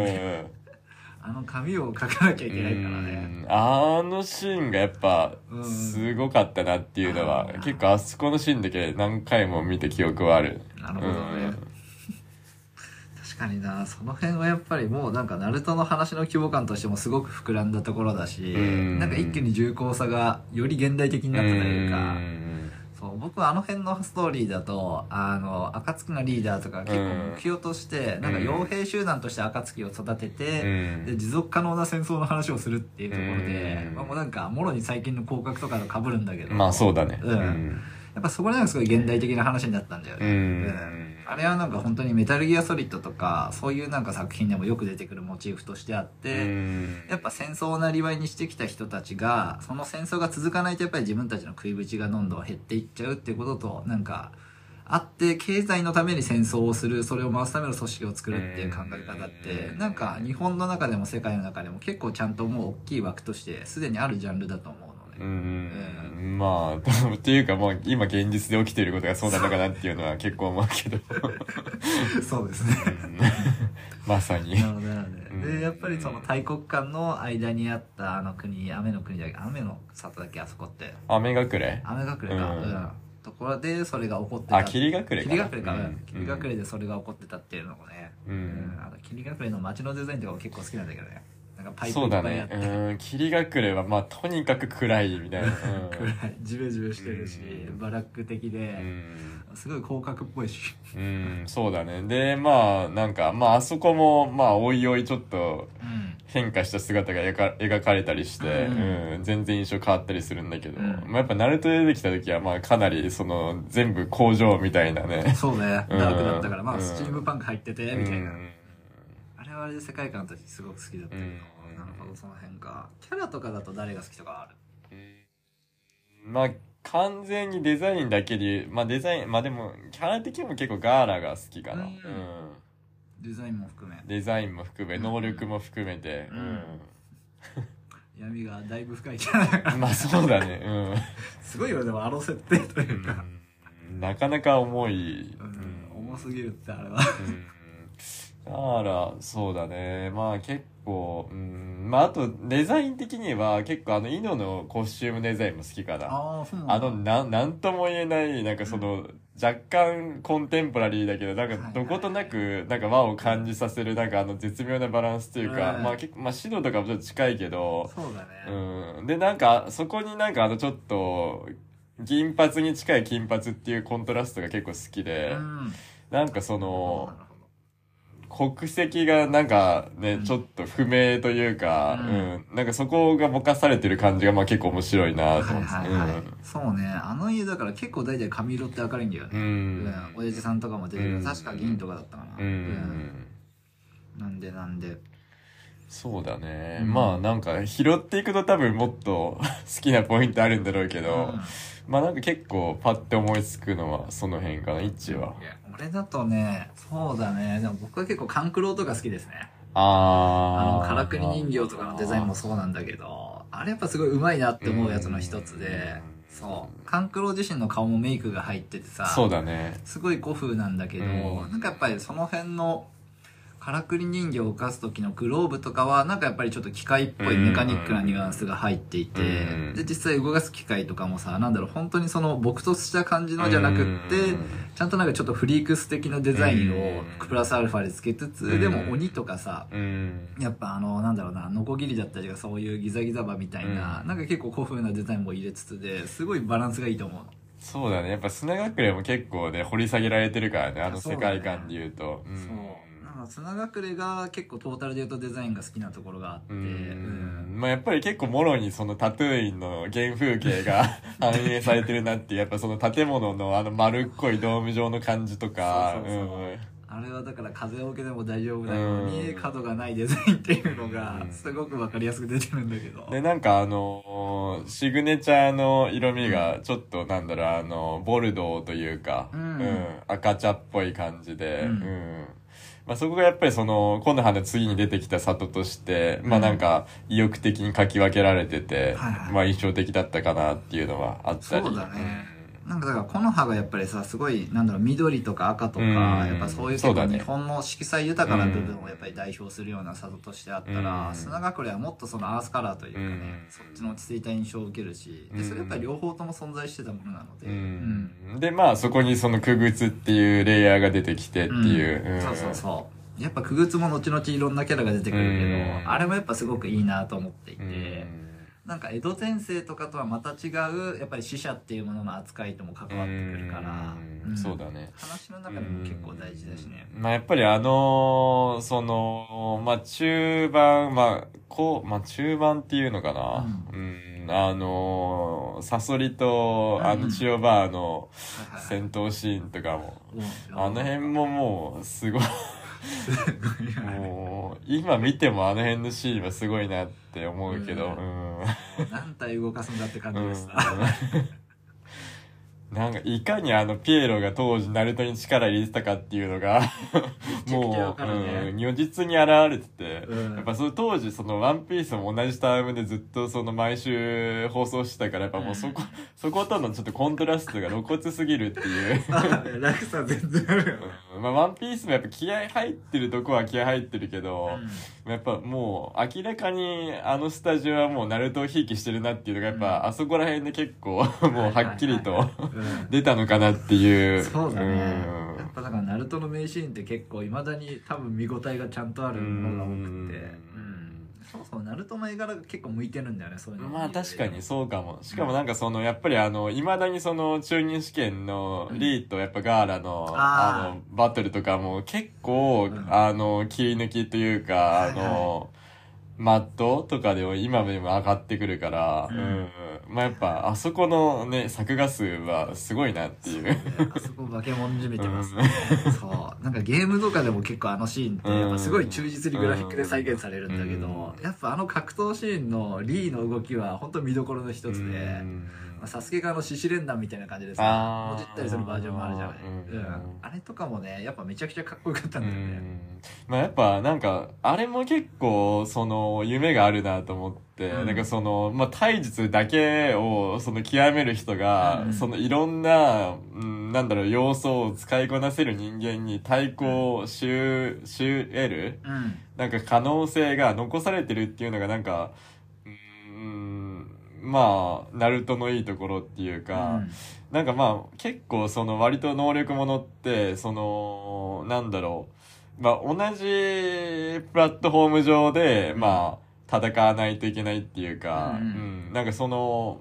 髪を描かなきゃいけないからね。 あのシーンがやっぱすごかったなっていうのは、結構あそこのシーンだけ何回も見た記憶はある。 なるほどね。確かにな、その辺はやっぱりもうなんかナルトの話の規模感としてもすごく膨らんだところだし、なんか一気に重厚さがより現代的になったというか、そう僕はあの辺のストーリーだと暁のリーダーとか結構目標としてなんか傭兵集団として暁を育てて、で持続可能な戦争の話をするっていうところで、もうなんかもろに最近の広角とかと被るんだけど、 まあそうだね、 やっぱそこでなんかすごい現代的な話になったんだよね。あれはなんか本当にメタルギアソリッドとかそういうなんか作品でもよく出てくるモチーフとしてあって、やっぱ戦争をなりわいにしてきた人たちがその戦争が続かないとやっぱり自分たちの食いぶちがどんどん減っていっちゃうっていうこととなんかあって、経済のために戦争をする、それを回すための組織を作るっていう考え方ってなんか日本の中でも世界の中でも結構ちゃんともう大きい枠としてすでにあるジャンルだと思う。 まあっていうかもう今現実で起きていることがそうなのかなっていうのは結構思うけどそうですねまさになるほどでやっぱりその大国間の間にあった国、雨の国だっけ、雨の里だっけ、あそこって雨隠れか、ところでそれが起こってた。 霧隠れ霧隠れでそれが起こってたっていうのもね、霧隠れの街のデザインとかも結構好きなんだけどね。パイプいっぱいあって、 霧隠れはまあとにかく暗いみたいな、 暗い、ジメジメしてるし、バラック的で、すごい広角っぽいし、 そうだね。でまあなんかまああそこもまあおいおいちょっと変化した姿が描かれたりして、全然印象変わったりするんだけど、まあ、やっぱナルトで出てきた時はまあかなりその全部工場みたいなね、 そうね、ダークだったから、まあスチームパンク入っててみたいな、あれはあれで世界観としてすごく好きだったけど、なるほど、その辺か。キャラとかだと誰が好きとかある？ まあ完全にデザインだけでまあデザイン、まあでもキャラ的にも結構ガーラが好きかな。 デザインも含め能力も含めて、 闇がだいぶ深いキャラだからまあそうだね、 すごいよでもあの設定というか、 なかなか重い、 重すぎるってあれはだからそうだね、まあ結構まああとデザイン的には結構イノのコスチュームデザインも好きかな。なんとも言えないなんかその、 若干コンテンポラリーだけどなんかどことなくなんか和を感じさせるなんか絶妙なバランスというか、まあ結構まあ指導とかもちょっと近いけど、 そうだね。 でなんかそこになんかちょっと銀髪に近い金髪っていうコントラストが結構好きで、なんかその国籍がなんかね、ちょっと不明というか、なんかそこがぼかされてる感じがまあ結構面白いなと思って、 そうね、あの家だから結構大体髪色って明るいんだよね。親父さんとかも出てる、確か銀とかだったかな。なんでそうだね、まあなんか拾っていくと多分もっと好きなポイントあるんだろうけど、まあなんか結構パッて思いつくのはその辺かな、一は。 俺だとね、そうだね、でも僕は結構勘九郎とか好きですね。からくり人形とかのデザインもそうなんだけど、あれやっぱすごい上手いなって思うやつの一つで、そう勘九郎自身の顔もメイクが入っててさ、 そうだね、 すごい古風なんだけど、なんかやっぱりその辺のからくり人形を動かす時のグローブとかはなんかやっぱりちょっと機械っぽいメカニックなニュアンスが入っていて、で実際動かす機械とかもさ、なんだろう、本当にその朴突した感じのじゃなくって、ちゃんとなんかちょっとフリークス的なデザインをプラスアルファでつけつつ、でも鬼とかさ、やっぱなんだろうな、ノコギリだったりとかそういうギザギザ刃みたいな、なんか結構古風なデザインも入れつつですごいバランスがいいと思うの。 そうだね、やっぱ砂隠れも結構ね掘り下げられてるからね、あの世界観で言うと。 砂隠れが結構トータルで言うとデザインが好きなところがあって、 まあやっぱり結構もろにそのタトゥーインの原風景が反映されてるなっていう、やっぱその建物の丸っこいドーム状の感じとか、 あれはだから風を受けても大丈夫なように角がないデザインっていうのがすごく分かりやすく出てるんだけど、 でなんかシグネチャーの色味がちょっとなんだろう、ボルドーというか、赤茶っぽい感じで、まあそこがやっぱりその木の葉の次に出てきた里として、まあなんか意欲的に書き分けられてて、まあ印象的だったかなっていうのはあったり。 そうだね。なんかだから木の葉がやっぱりさ、すごいなんだろう、緑とか赤とか、やっぱそういう結構日本の色彩豊かな部分をやっぱり代表するような里としてあったら、砂隠れはもっとそのアースカラーというかね、そっちの落ち着いた印象を受けるし、でそれやっぱり両方とも存在してたものなので、 でまあそこにその傀儡っていうレイヤーが出てきてっていう、 そうやっぱ傀儡も後々いろんなキャラが出てくるけど、あれもやっぱすごくいいなと思っていて、なんか江戸前世とかとはまた違うやっぱり死者っていうものの扱いとも関わってくるから、 そうだね、 話の中でも結構大事だしね。 まあやっぱりそのまあ中盤中盤っていうのかな、サソリと千代バーの戦闘シーンとかも、あの辺ももうすごいもう今見てもあの辺のシーンはすごいなって思うけど、 何体動かすんだって感じでした。 なんかいかにピエロが当時ナルトに力入れてたかっていうのがもう、如実に現れてて、やっぱその当時そのワンピースも同じタイムでずっとその毎週放送してたから、やっぱもうそことのちょっとコントラストが露骨すぎるっていう落差全然あるよね。 まあワンピースもやっぱ気合入ってるとこは気合入ってるけど、やっぱもう明らかにスタジオはもうナルトをひいきしてるなっていうのがやっぱあそこら辺で結構もうはっきりと出たのかなっていう。 そうだね。やっぱだからナルトの名シーンって結構未だに多分見応えがちゃんとあるものが多くて、そうナルトの絵柄が結構向いてるんだよね、そういうの。 まあ確かにそうかも。しかもなんかそのやっぱり未だにその中任試験のリーとやっぱガーラのバトルとかも結構切り抜きというかマットとかでも今でも上がってくるから、まあやっぱあそこのね作画数はすごいなっていう。 あそこ化け物じめてますね。そうなんかゲームとかでも結構あのシーンってやっぱすごい忠実にグラフィックで再現されるんだけど、やっぱ格闘シーンのリーの動きは本当見どころの一つで、サスケが獅子連弾みたいな感じでさ、もじったりするバージョンもあるじゃない。あれとかもねやっぱめちゃくちゃかっこよかったんだよね。 まあやっぱなんかあれも結構その夢があるなと思って、なんかそのまあ体術だけをその極める人が、そのいろんな、なんだろう要素を使いこなせる人間に対抗し得る、なんか可能性が残されてるっていうのがなんかまあナルトのいいところっていうか、なんかまあ結構その割と能力ものってそのなんだろう、まあ同じプラットフォーム上でまあ戦わないといけないっていうか、なんかその、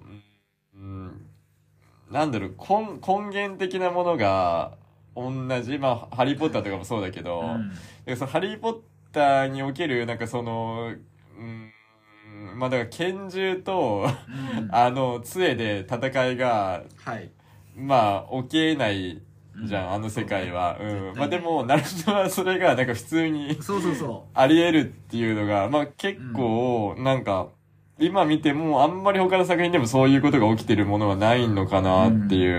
なんだろう、根源的なものが同じ、まあハリーポッターとかもそうだけど、そのハリーポッターにおけるなんかその、まあだから拳銃と杖で戦いが、まあ起きえないじゃん、あの世界は。まあでもナルトはそれがなんか普通にあり得るっていうのが、まあ結構なんか今見てもあんまり他の作品でもそういうことが起きてるものはないのかなっていう。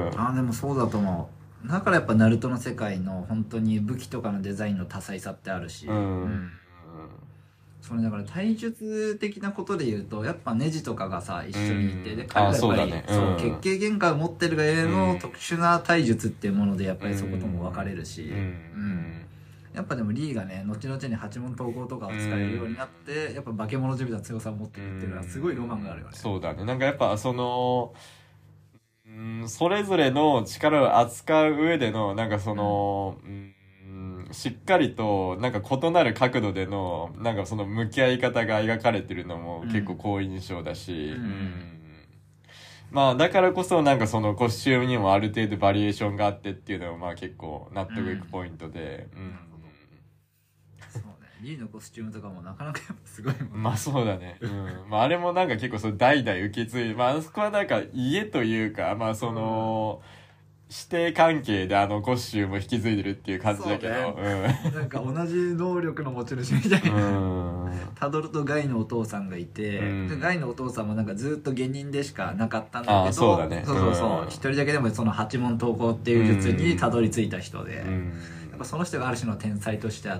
でもそうだと思う。だからやっぱナルトの世界の本当に武器とかのデザインの多彩さってあるし、それだから体術的なことで言うとやっぱネジとかがさ一緒にいて、で彼がやっぱりそう血形限界を持ってるがゆえの特殊な体術っていうものでやっぱりそことも分かれるし、やっぱでもリーがね後々に八門統合とかを使えるようになってやっぱ化け物じみた強さを持ってるっていうのはすごいロマンがあるよね。 そうだね。なんかやっぱそのそれぞれの力を扱う上でのなんかその、しっかりとなんか異なる角度でのなんかその向き合い方が描かれてるのも結構好印象だし、まあだからこそなんかそのコスチュームにもある程度バリエーションがあってっていうのもまあ結構納得いくポイントで、 そうね、リーのコスチュームとかもなかなかやっぱすごいもんね。 まあそうだね。まああれもなんか結構その代々受け継いで、まああそこはなんか家というか、まあその、師弟関係でコスチュームを引き継いでるっていう感じだけど、 なんか同じ能力の持ち主みたいな。タドルとガイのお父さんがいて、でガイのお父さんもなんかずっと下人でしかなかったんだけど、 そうだね。 そう一人だけでもその八門統合っていう術にたどり着いた人で、やっぱその人がある種の天才としてあって、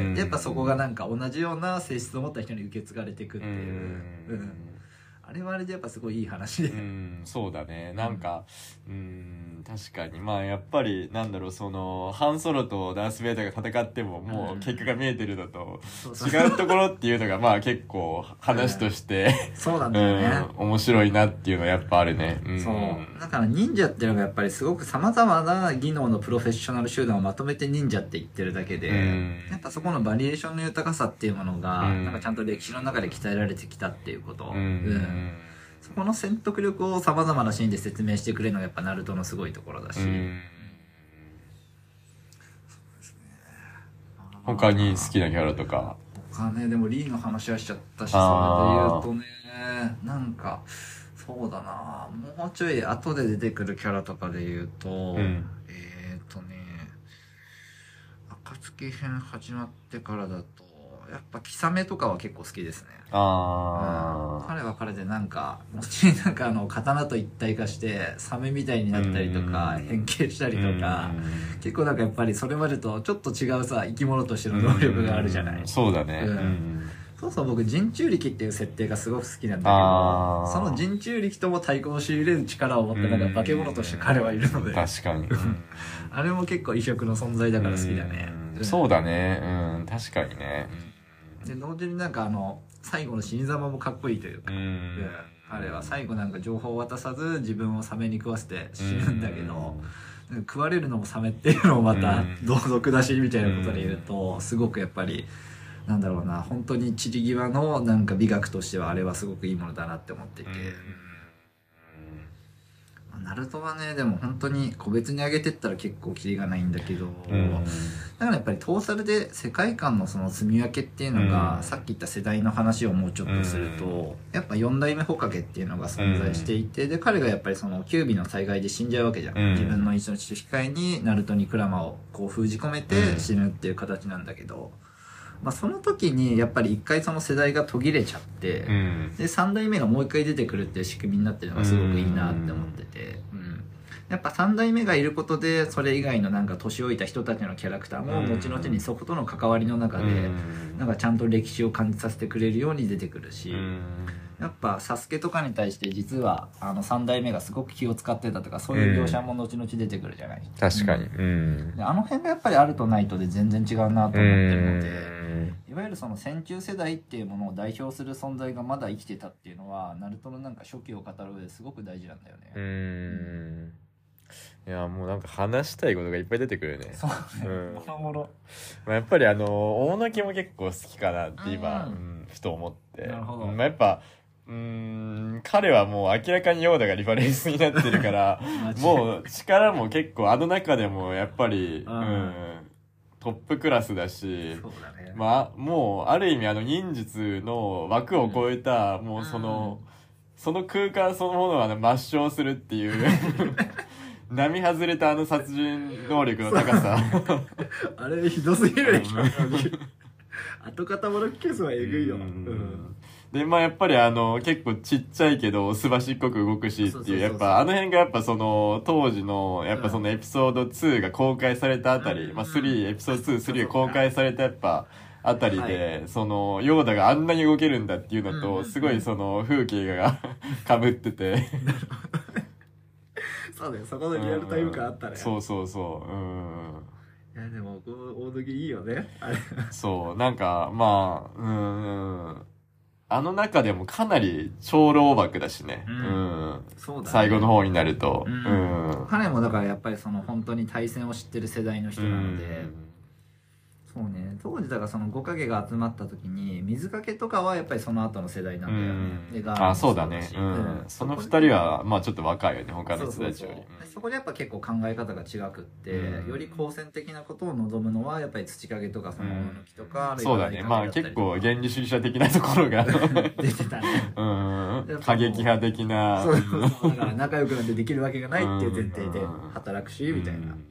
やっぱそこがなんか同じような性質を持った人に受け継がれていくっていう、あれはあれでやっぱすごいいい話で、 そうだね。なんか確かにまあやっぱりなんだろう、そのハンソロとダース・ベイダーが戦ってももう結果が見えてるのと違うところっていうのがまあ結構話としてそうなんだよね、 面白いなっていうのはやっぱあるね。 そうだから忍者っていうのがやっぱりすごくさまざまな技能のプロフェッショナル集団をまとめて忍者って言ってるだけで、やっぱそこのバリエーションの豊かさっていうものがなんかちゃんと歴史の中で鍛えられてきたっていうこと、そこの説得力をさまざまなシーンで説明してくれるのがやっぱナルトのすごいところだし、 他に好きなキャラとか他ね、でもリーの話はしちゃったし、それで言うとね、なんかそうだな、もうちょい後で出てくるキャラとかで言うと、暁編始まってからだとやっぱキサメとかは結構好きですね。彼は彼でなんか後になんか刀と一体化してサメみたいになったりとか変形したりとか、結構なんかやっぱりそれまでとちょっと違うさ生き物としての能力があるじゃない。 そうだね。 そうそう、僕人中力っていう設定がすごく好きなんだけど、その人中力とも対抗し入れる力を持ってなんか化け物として彼はいるので、 確かにあれも結構異色の存在だから好きだね。 そうだね。確かにね。 で同時になんか最後の死に様もかっこいいというか、彼は最後なんか情報を渡さず自分をサメに食わせて死ぬんだけど、食われるのもサメっていうのもまた同族だしみたいなことで言うと、すごくやっぱりなんだろうな、本当に散り際のなんか美学としてはあれはすごくいいものだなって思っていて、ナルトはね、でも本当に個別に上げてったら結構キリがないんだけど、だからやっぱりトータルで世界観のその積み分けっていうのが、さっき言った世代の話をもうちょっとすると、やっぱ4代目ホカゲっていうのが存在していて、で彼がやっぱりそのキュービの災害で死んじゃうわけじゃん、自分の命の引き換えにナルトにクラマをこう封じ込めて死ぬっていう形なんだけど、まあ、その時にやっぱり一回その世代が途切れちゃって、で3代目がもう一回出てくるっていう仕組みになってるのがすごくいいなって思ってて、やっぱ3代目がいることでそれ以外のなんか年老いた人たちのキャラクターも後々にそことの関わりの中でなんかちゃんと歴史を感じさせてくれるように出てくるし、やっぱサスケとかに対して実は3代目がすごく気を使ってたとかそういう描写も後々出てくるじゃない。 確かに、 で辺がやっぱりあるとないとで全然違うなと思ってるので、 いわゆるその戦中世代っていうものを代表する存在がまだ生きてたっていうのはナルトのなんか初期を語る上ですごく大事なんだよね。 いやもうなんか話したいことがいっぱい出てくるね。 そうね、もろもろ。 やっぱり大野家も結構好きかなって今、ふと思って。 なるほど。 やっぱ彼はもう明らかにヨーダがリファレンスになってるからもう力も結構中でもやっぱり、トップクラスだし、 そうだね、 まあもうある意味忍術の枠を超えた、もうその空間そのものを抹消するっていう並外れた殺人能力の高さあれひどすぎるでしょ後方もろきケースはえぐいよ。 でまあやっぱり結構ちっちゃいけどすばしっこく動くしっていう、やっぱ辺がやっぱその当時のやっぱそのエピソード2が公開されたあたり、まあ3エピソード2、3が公開されたやっぱあたりで、そのヨーダがあんなに動けるんだっていうのと、すごいその風景が被っててそうだよ、そこのリアルタイム感あったね。 そうそうそう。 いやでも大野木いいよねあれそうなんかまあ中でもかなり長老枠だしね。そうだね、最後の方になると。 彼もだからやっぱりその本当に対戦を知ってる世代の人なので、そうね、当時だからその五影が集まった時に水かけとかはやっぱりその後の世代なんだよね。 そうだね。その二人はまあちょっと若いよね、他の人たちより。 そこでやっぱ結構考え方が違くって、より好戦的なことを望むのはやっぱり土影とかその大貫とか、 そうだね。まあ結構原理主義者的なところが出てたね。 過激派的な。 そうだから仲良くなってできるわけがないっていう前提で働くしみたいな。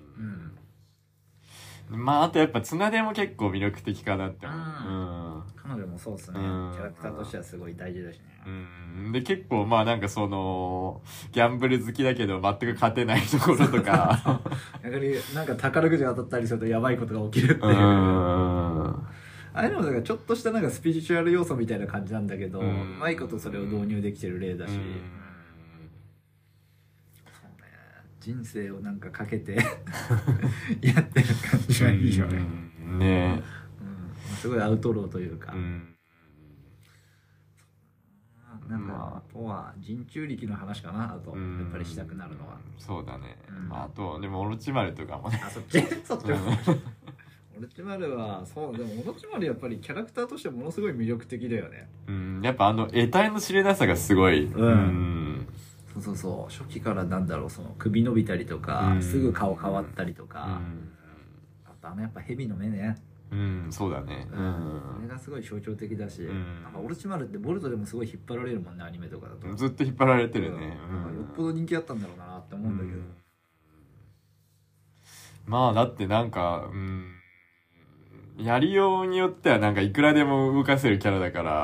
まああとやっぱ綱手も結構魅力的かなって思う。 彼女もそうっすね。キャラクターとしてはすごい大事だしね。 で結構まあなんかそのギャンブル好きだけど全く勝てないところとか逆になんか宝くじ当たったりするとやばいことが起きるっていう。あれでもだからちょっとしたなんかスピリチュアル要素みたいな感じなんだけど、うまいことそれを導入できてる例だし。人生をなんかかけてやってる感じはいいよね。 ねえ、すごいアウトローというか。なんかあとは人中力の話かな、あとやっぱりしたくなるのは。 そうだね。あとでもオロチマルとかもね。 あ、そっちそっち。オロチマルはそうでもオロチマルやっぱりキャラクターとしてものすごい魅力的だよね。 やっぱ得体の知れなさがすごい。 そう初期からなんだろう、その首伸びたりとか、すぐ顔変わったりとか、あとやっぱ蛇の目ね。 そうだね。 あれがすごい象徴的だし、なんかオロチマルってボルトでもすごい引っ張られるもんね、アニメとかだと。 ずっと引っ張られてるね。 よっぽど人気あったんだろうなって思うんだけど。 まあだってなんかやりようによってはなんかいくらでも動かせるキャラだから、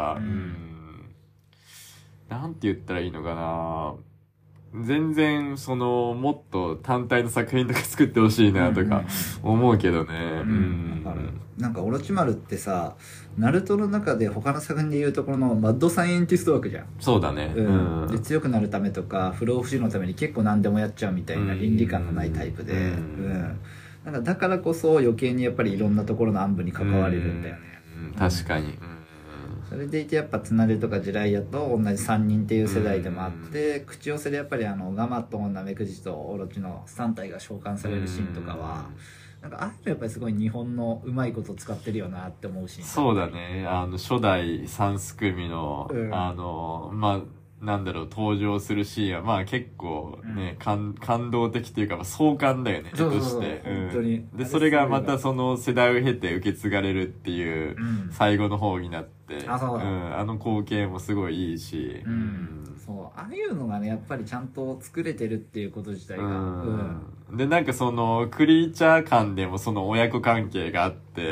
なんて言ったらいいのかな。全然そのもっと単体の作品とか作ってほしいなとか思うけどね。 なんかオロチマルってさ、ナルトの中で他の作品でいうところのマッドサイエンティスト枠じゃん。 そうだね。 で強くなるためとか不老不死のために結構何でもやっちゃうみたいな倫理観のないタイプで、なんかだからこそ余計にやっぱりいろんなところの暗部に関われるんだよね。 確かに。 それでいてやっぱ綱手とかジライアと同じ3人っていう世代でもあって、口寄せでやっぱりガマとナメクジとオロチの3体が召喚されるシーンとかはなんかああいうのやっぱりすごい日本のうまいこと使ってるよなって思うシーン。 そうだね。初代三すくみの、まあなんだろう、登場するシーンはまあ結構ね、感動的というか、まあ、壮観だよね。 として、本当に。 でそれがまたその世代を経て受け継がれるっていう最後の方になって、あの光景もすごいいいし、 そうああいうのがねやっぱりちゃんと作れてるっていうこと自体が、 でなんかそのクリーチャー間でもその親子関係があって、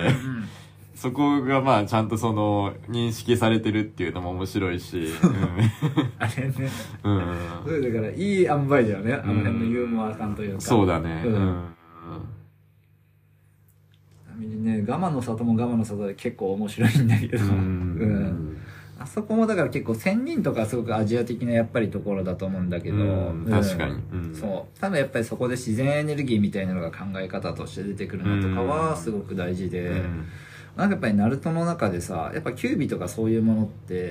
そこがまあちゃんとその認識されてるっていうのも面白いし、 あれね、それだからいい塩梅だよね、あの辺のユーモア感というか。 そうだね。ちなみにね、ガマの里もガマの里で結構面白いんだけど、あそこもだから結構仙人とかすごくアジア的なやっぱりところだと思うんだけど、 確かに、 そうただやっぱりそこで自然エネルギーみたいなのが考え方として出てくるのとかはすごく大事で、 なんかやっぱりナルトの中でさ、やっぱキュービとかそういうものって、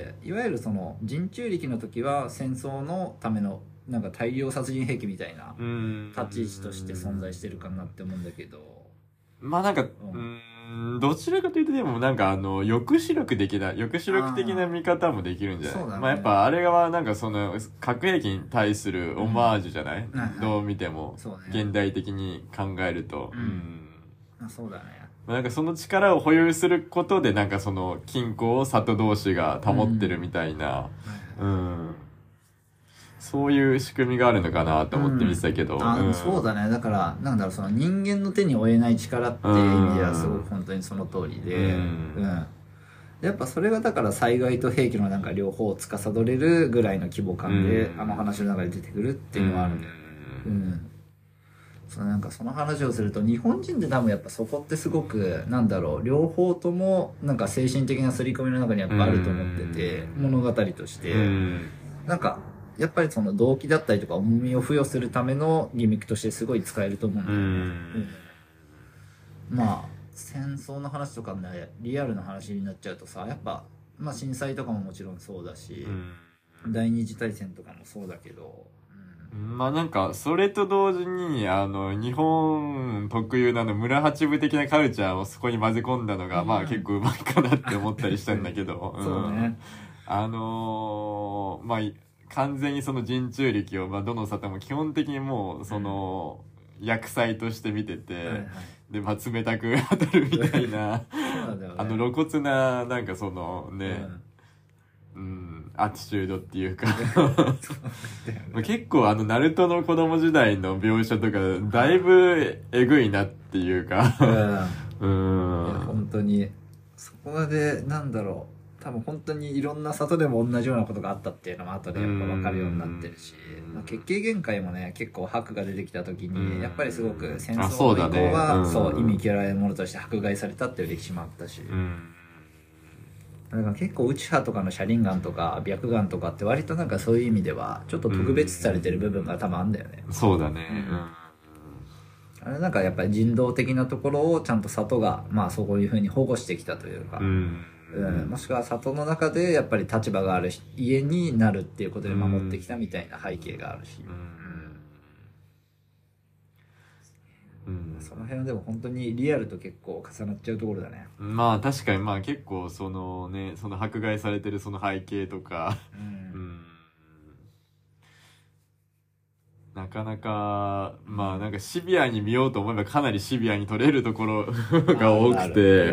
いわゆるその人中力の時は戦争のためのなんか大量殺人兵器みたいな立ち位置として存在してるかなって思うんだけど、 まあなんか、どちらかというとでもなんか抑止力的な見方もできるんじゃない？まあやっぱあれはなんかその核兵器に対するオマージュじゃない？どう見ても、現代的に考えると。 そうだね。 なんかその力を保有することでなんかその均衡を里同士が保ってるみたいな、そういう仕組みがあるのかなと思って見てたけど、 そうだね。だからなんだろう、その人間の手に負えない力っていう意味ではすごく本当にその通りで、やっぱそれがだから災害と兵器のなんか両方を司れるぐらいの規模感で、あの話の中で出てくるっていうのはあるんだよね。なんかその話をすると日本人って多分やっぱそこってすごくなんだろう、両方ともなんか精神的な刷り込みの中にやっぱあると思ってて、物語としてなんかやっぱりその動機だったりとか重みを付与するためのギミックとしてすごい使えると思うんだよね。まあ戦争の話とかね、リアルな話になっちゃうとさ、やっぱまあ震災とかももちろんそうだし、第二次大戦とかもそうだけど、 まあなんかそれと同時に日本特有な村八部的なカルチャーをそこに混ぜ込んだのが、まあ結構うまいかなって思ったりしたんだけど、 そうね。 まあ完全にその人中力を、まあどの里も基本的にもうその薬剤として見てて、でまあ冷たく当たるみたいな露骨ななんかそのね、アティチュードっていうか結構ナルトの子供時代の描写とかだいぶえぐいなっていうかいや本当にそこまでなんだろう、多分本当にいろんな里でも同じようなことがあったっていうのも後でやっぱ分かるようになってるし、決起限界もね結構白が出てきた時にやっぱりすごく戦争の意向はそう意味嫌いなものとして迫害されたっていう歴史もあったし、だから結構内派とかの車輪ガンとか白眼とかって割となんかそういう意味ではちょっと特別されてる部分が多分あるんだよね。 そうだね。 あれなんかやっぱり人道的なところをちゃんと里がまあそういう風に保護してきたというか、もしくは里の中でやっぱり立場がある家になるっていうことで守ってきたみたいな背景があるし、その辺はでも本当にリアルと結構重なっちゃうところだね。 まあ確かにまあ結構その迫害されてるその背景とか、なかなかまあなんかシビアに見ようと思えばかなりシビアに撮れるところが多くて、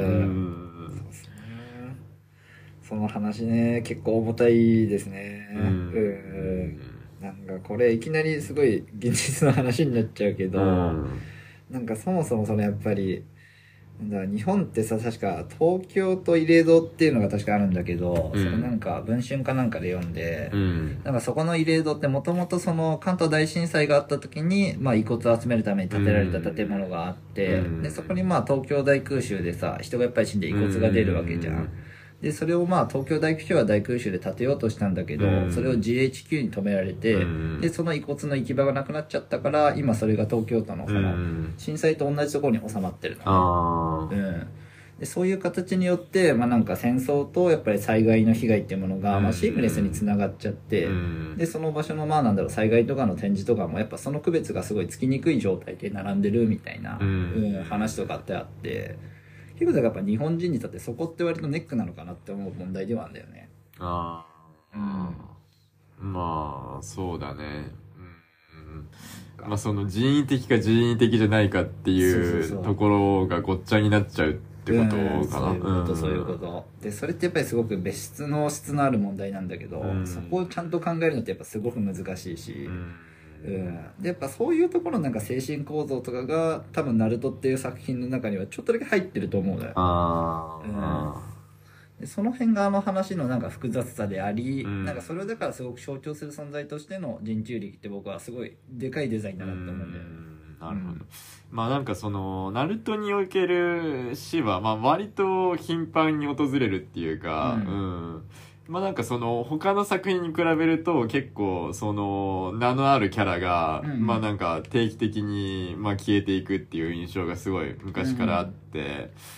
その話ね結構重たいですね。なんかこれいきなりすごい現実の話になっちゃうけど、なんかそもそもそのやっぱり日本ってさ、確か東京と慰霊堂っていうのが確かあるんだけど、それなんか文春かなんかで読んで、なんかそこの慰霊堂ってもともとその関東大震災があった時にまあ遺骨を集めるために建てられた建物があって、でそこにまあ東京大空襲でさ人がやっぱり死んで遺骨が出るわけじゃん。でそれをまあ東京大空襲は大空襲で建てようとしたんだけど、それを GHQ に止められて、でその遺骨の行き場がなくなっちゃったから、今それが東京都のその震災と同じところに収まってるのね。でそういう形によってまあなんか戦争とやっぱり災害の被害っていうものがまあシームレスにつながっちゃって、でその場所のまあなんだろう災害とかの展示とかもやっぱその区別がすごいつきにくい状態で並んでるみたいな話とかってあって、結構だからやっぱ日本人にとってそこって割とネックなのかなって思う問題ではあるんだよね。 まあそうだね。まあその人為的か人為的じゃないかっていうところがごっちゃになっちゃうってことかな。 そういうことで、それってやっぱりすごく別質の質のある問題なんだけど、そこをちゃんと考えるのってやっぱすごく難しいし、でやっぱそういうところなんか精神構造とかが多分ナルトっていう作品の中にはちょっとだけ入ってると思うのよ。でその辺が話のなんか複雑さであり、なんかそれをだからすごく象徴する存在としての人中力って僕はすごいでかいデザインだなと思うんだよね。 なるほど。まあなんかそのナルトにおける死はまあ割と頻繁に訪れるっていうか、まあなんかその他の作品に比べると結構その名のあるキャラがまあなんか定期的にまあ消えていくっていう印象がすごい昔からあって、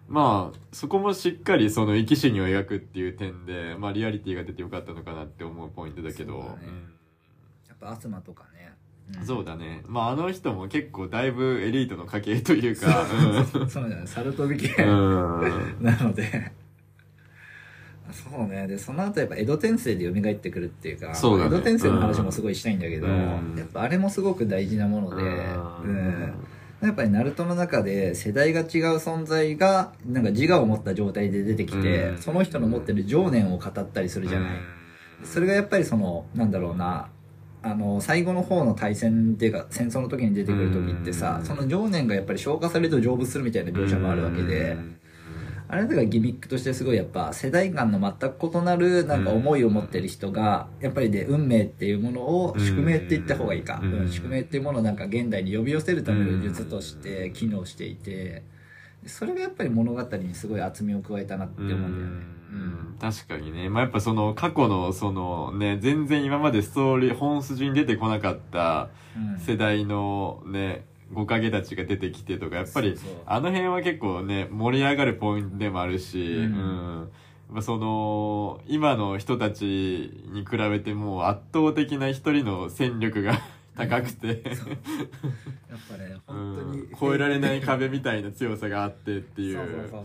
まあそこもしっかりその生き死にを描くっていう点で、まあリアリティが出てよかったのかなって思うポイントだけど、 やっぱアスマとかね、 そうだね。まああの人も結構だいぶエリートの家系というか、 そうだね、サルトビ家なのでそうね。でその後やっぱ江戸転生で蘇ってくるっていうか、 そうだね、 江戸転生の話もすごいしたいんだけど、やっぱあれもすごく大事なもので、やっぱりナルトの中で世代が違う存在がなんか自我を持った状態で出てきて、その人の持ってる情念を語ったりするじゃない。それがやっぱりそのなんだろうな、最後の方の大戦っていうか戦争の時に出てくる時ってさ、その情念がやっぱり消化されると成仏するみたいな描写もあるわけで、あれだからギミックとしてすごいやっぱ世代間の全く異なるなんか思いを持ってる人がやっぱりで運命っていうものを宿命って言った方がいいか、宿命っていうものをなんか現代に呼び寄せるための術として機能していて、それがやっぱり物語にすごい厚みを加えたなって思うんだよね。 確かにね。まあ、やっぱその過去のそのね、全然今までストーリー本筋に出てこなかった世代のね、5影たちが出てきてとか、やっぱりあの辺は結構ね盛り上がるポイントでもあるし、やっぱその今の人たちに比べてもう圧倒的な一人の戦力が高くてやっぱね本当に、 越えられない壁みたいな強さがあってっていう。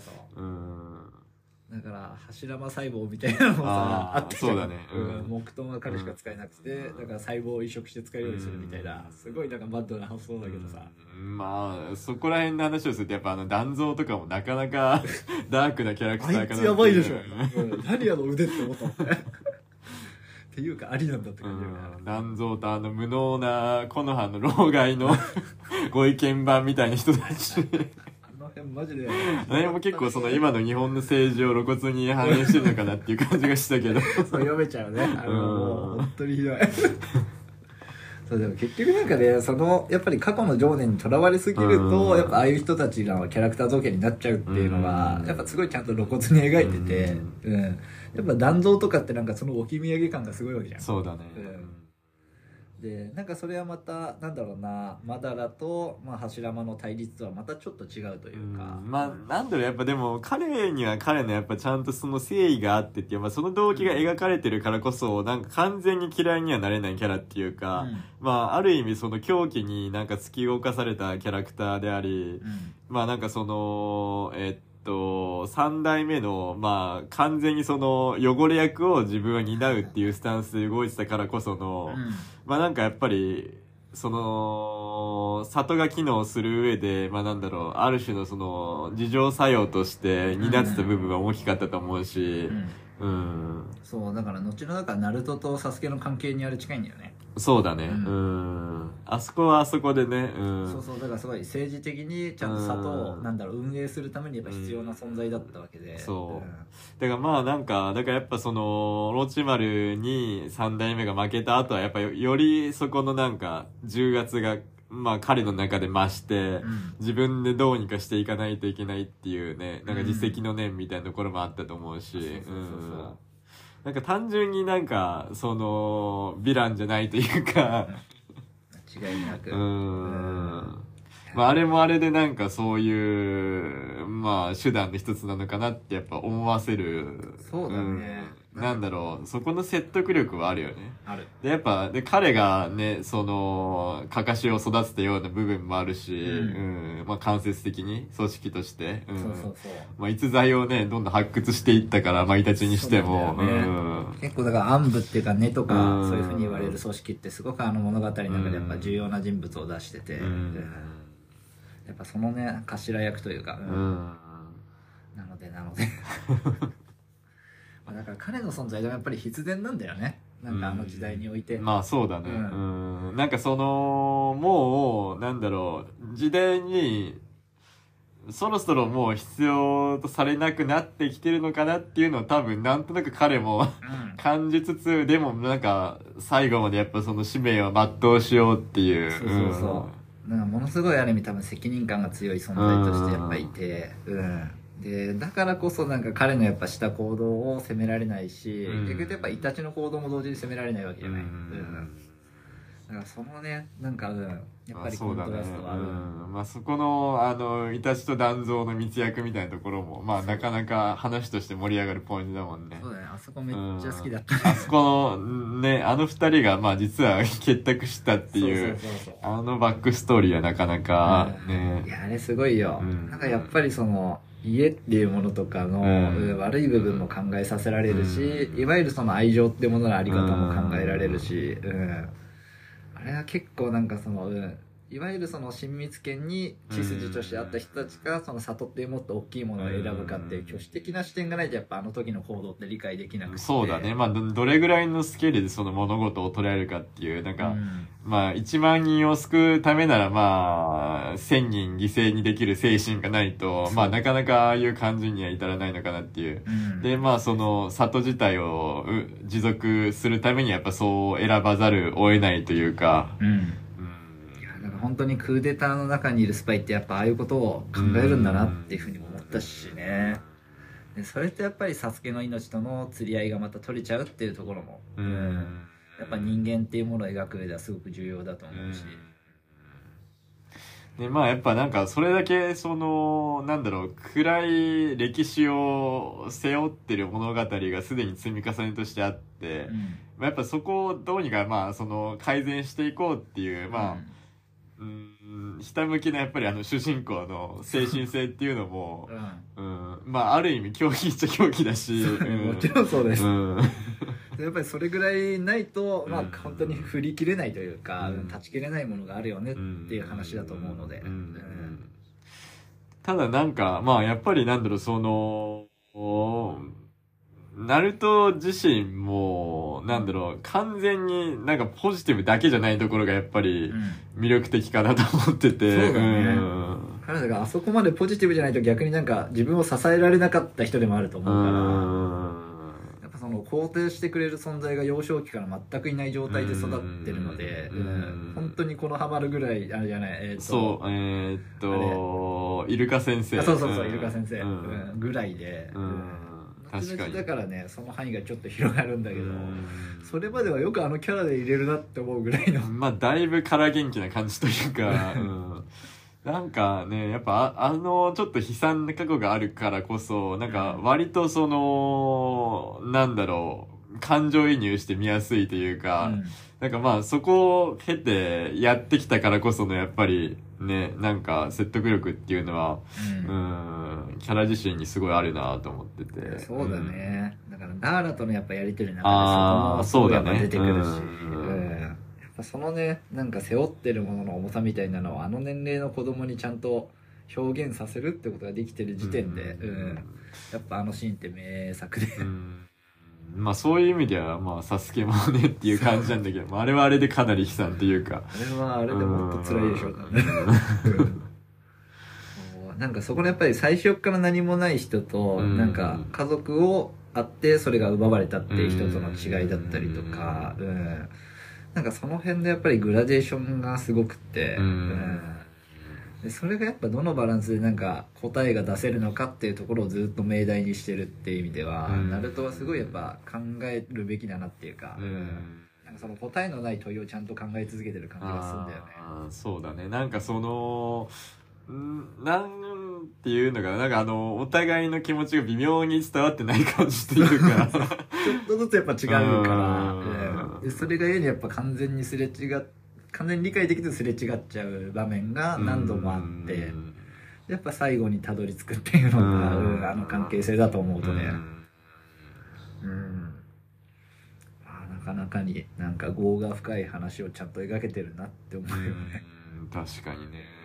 だから柱間細胞みたいなのもさあってそうだね、 木刀は彼しか使えなくて、だから細胞を移植して使えるようにするみたいな、すごいなんかバッドな発想だけどさ、 まあそこら辺の話をするとやっぱ断蔵とかもなかなかダークなキャラクターかなっていう。 あいつやばいでしょ、何あの腕って思ったもんねっていうかありなんだって感じよね。 断蔵と無能な木の葉の老害のご意見番みたいな人たちマジであれも結構その今の日本の政治を露骨に反映してるのかなっていう感じがしたけどそう読めちゃうね。もう本当にひどいそうでも結局なんかね、そのやっぱり過去の情念にとらわれすぎると、やっぱああいう人たちのキャラクター造形になっちゃうっていうのは、やっぱすごいちゃんと露骨に描いてて、やっぱ断蔵とかってなんかその置き土産感がすごいわけじゃん。 そうだね。 でなんかそれはまたなんだろうな、マダラと、柱間の対立とはまたちょっと違うというか、 まあなんだろう、やっぱでも彼には彼のやっぱちゃんとその誠意があってっていう、その動機が描かれてるからこそなんか完全に嫌いにはなれないキャラっていうか、ある意味その狂気になんか突き動かされたキャラクターであり、なんかその3代目の完全にその汚れ役を自分は担うっていうスタンスで動いてたからこその、なんかやっぱりその里が機能する上でなんだろう、ある種のその自浄作用として担ってた部分が大きかったと思うし、 そうだから後のナルトとサスケの関係にある近いんだよね。 そうだね、あそこはあそこでね、 そうだからすごい政治的にちゃんと里を運営するためにやっぱ必要な存在だったわけで、 だからなんかだからやっぱそのオロチマルに3代目が負けた後はやっぱよりそこのなんか重圧が彼の中で増して、自分でどうにかしていかないといけないっていうね、なんか実績の念みたいなところもあったと思うし、なんか単純になんかそのヴィランじゃないというか間違いなくあれもあれでなんかそういう手段の一つなのかなってやっぱ思わせる。 そうだね、 なんだろう、そこの説得力はあるよね。 ある。 でやっぱ彼がねそのかかしを育てたような部分もあるし、間接的に組織として、逸材をねどんどん発掘していったからイタチにしても、 結構だから暗部っていうか根とかそういうふうに言われる組織ってすごく物語の中でやっぱ重要な人物を出してて、やっぱそのね頭役というか、なのでだから彼の存在がやっぱり必然なんだよね、なんかあの時代において。 そうだね、なんかそのもうなんだろう、時代にそろそろもう必要とされなくなってきてるのかなっていうのを多分なんとなく彼も感じつつ、でもなんか最後までやっぱその使命を全うしようっていう、 なんかものすごいある意味多分責任感が強い存在としてやっぱいて、でだからこそなんか彼のやっぱした行動を責められないし、結局やっぱイタチの行動も同時に責められないわけじゃない、 だからそのねなんか、やっぱりコントラストはある、 まあそこのイタチと団蔵の密約みたいなところもまあなかなか話として盛り上がるポイントだもんね。 そうだね、あそこめっちゃ好きだった、 あそこのね二人がまあ実は結託したっていうあのバックストーリーはなかなかね、 いやあれすごいよ、なんかやっぱりその家っていうものとかの、悪い部分も考えさせられるし、いわゆるその愛情っていうもののあり方も考えられるし、あれは結構なんかその、いわゆるその親密圏に血筋としてあった人たちがその里っていうもっと大きいものを選ぶかっていう挙手的な視点がないとやっぱあの時の行動って理解できなくて。 そうだね。まあどれぐらいのスケールでその物事を捉えるかっていうなんか、まあ1万人を救うためならまあ1000人犠牲にできる精神がないとまあなかなかああいう感じには至らないのかなっていう、でまあその里自体を持続するためにやっぱそう選ばざるを得ないというか、 なんか本当にクーデターの中にいるスパイってやっぱああいうことを考えるんだなっていうふうに思ったしね。でそれってやっぱりサスケの命との釣り合いがまた取れちゃうっていうところも、やっぱ人間っていうものを描く上ではすごく重要だと思うし、 でまあやっぱなんかそれだけそのなんだろう暗い歴史を背負ってる物語がすでに積み重ねとしてあって、まあ、やっぱそこをどうにかまあその改善していこうっていうまあ、ひたむきなやっぱり主人公の精神性っていうのも、まあある意味狂気っちゃ狂気だし、 もちろんそうです、やっぱりそれぐらいないと、まあ本当に振り切れないというか、断ち切れないものがあるよねっていう話だと思うので、 ただなんかまあやっぱりなんだろうそのナルト自身もなんだろう完全になんかポジティブだけじゃないところがやっぱり魅力的かなと思ってて、 そうだね、彼女があそこまでポジティブじゃないと逆になんか自分を支えられなかった人でもあると思うから、やっぱその肯定してくれる存在が幼少期から全くいない状態で育ってるので、本当にこのハマるぐらいあれじゃない、 そうイルカ先生、 そうイルカ先生、ぐらいで、確かにだからねその範囲がちょっと広がるんだけど、それまではよくあのキャラで入れるなって思うぐらいのまあだいぶ空元気な感じというか、なんかねやっぱちょっと悲惨な過去があるからこそなんか割とそのなんだろう感情移入して見やすいというか、なんかまあそこを経てやってきたからこそのやっぱりねなんか説得力っていうのは、キャラ自身にすごいあるなと思ってて。 そうだね、だからダーラとのやっぱやりとりの中でそこもやっぱ出てくるし、やっぱそのねなんか背負ってるものの重さみたいなのをあの年齢の子供にちゃんと表現させるってことができてる時点で、やっぱあのシーンって名作で、 まあそういう意味ではまあサスケもねっていう感じなんだけど、あれはあれでかなり悲惨っていうか、 あれはあれでもっと辛いでしょうね。なんかそこのやっぱり最初から何もない人と、なんか家族をあってそれが奪われたっていう人との違いだったりとか、なんかその辺でやっぱりグラデーションがすごくて、でそれがやっぱどのバランスでなんか答えが出せるのかっていうところをずっと命題にしてるっていう意味では、ナルトはすごいやっぱ考えるべきだなっていうか、なんかその答えのない問いをちゃんと考え続けてる感じがするんだよね。 そうだね、なんかそのなんていうのかな、なんかお互いの気持ちが微妙に伝わってない感じというかちょっとずつやっぱ違うから、でそれがゆえにやっぱ完全に理解できずすれ違っちゃう場面が何度もあって、やっぱ最後にたどり着くっていうのが、あの関係性だと思うとね、なかなかになんか業が深い話をちゃんと描けてるなって思うよね。 確かにね。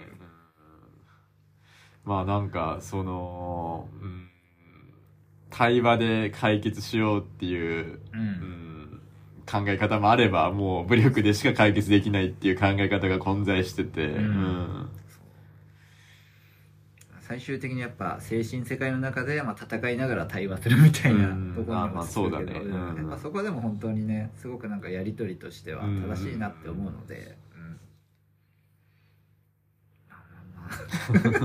まあなんかその、対話で解決しようっていう、考え方もあれば、もう武力でしか解決できないっていう考え方が混在してて、 最終的にやっぱ精神世界の中で、戦いながら対話するみたいなところにもそうだね、 やっぱそこでも本当にねすごくなんかやり取りとしては正しいなって思うので、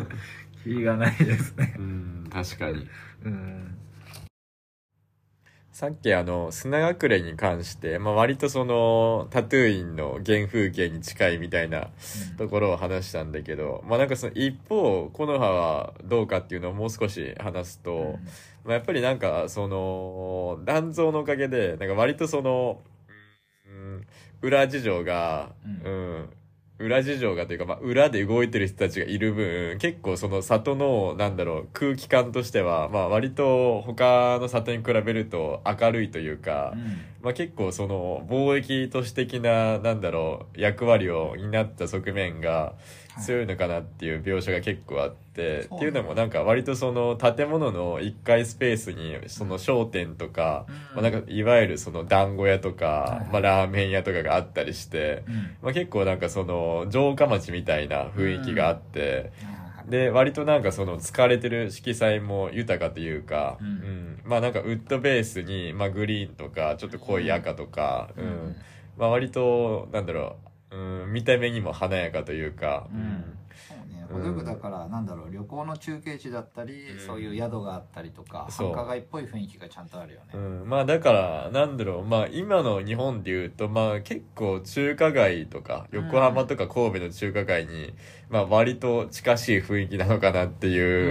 キリがないですね。 確かに。 さっき砂隠れに関して、割とそのタトゥーインの原風景に近いみたいなところを話したんだけど、なんかその一方木の葉はどうかっていうのをもう少し話すと、やっぱりなんかその団蔵のおかげでなんか割とその、裏事情が、裏事情がというか、裏で動いてる人たちがいる分、結構その里の、空気感としては、割と他の里に比べると明るいというか、結構その貿易都市的な、役割を担った側面が強いのかなっていう描写が結構あって、っていうのもなんか割とその建物の1階スペースにその商店とか、いわゆるその団子屋とか、ラーメン屋とかがあったりして、結構なんかその城下町みたいな雰囲気があって、で割となんかその使われてる色彩も豊かというか、なんかウッドベースに、グリーンとかちょっと濃い赤とか、割と見た目にも華やかというか、 そうね、だから旅行の中継地だったり、そういう宿があったりとか繁華街っぽい雰囲気がちゃんとあるよね。 だから今の日本でいうと結構中華街とか横浜とか神戸の中華街に割と近しい雰囲気なのかなっていう、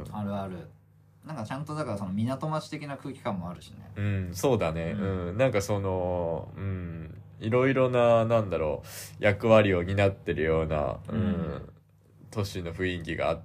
あるある。なんかちゃんとだからその港町的な空気感もあるしね。そうだね。なんかそのいろいろな役割を担ってるような、都市の雰囲気があって、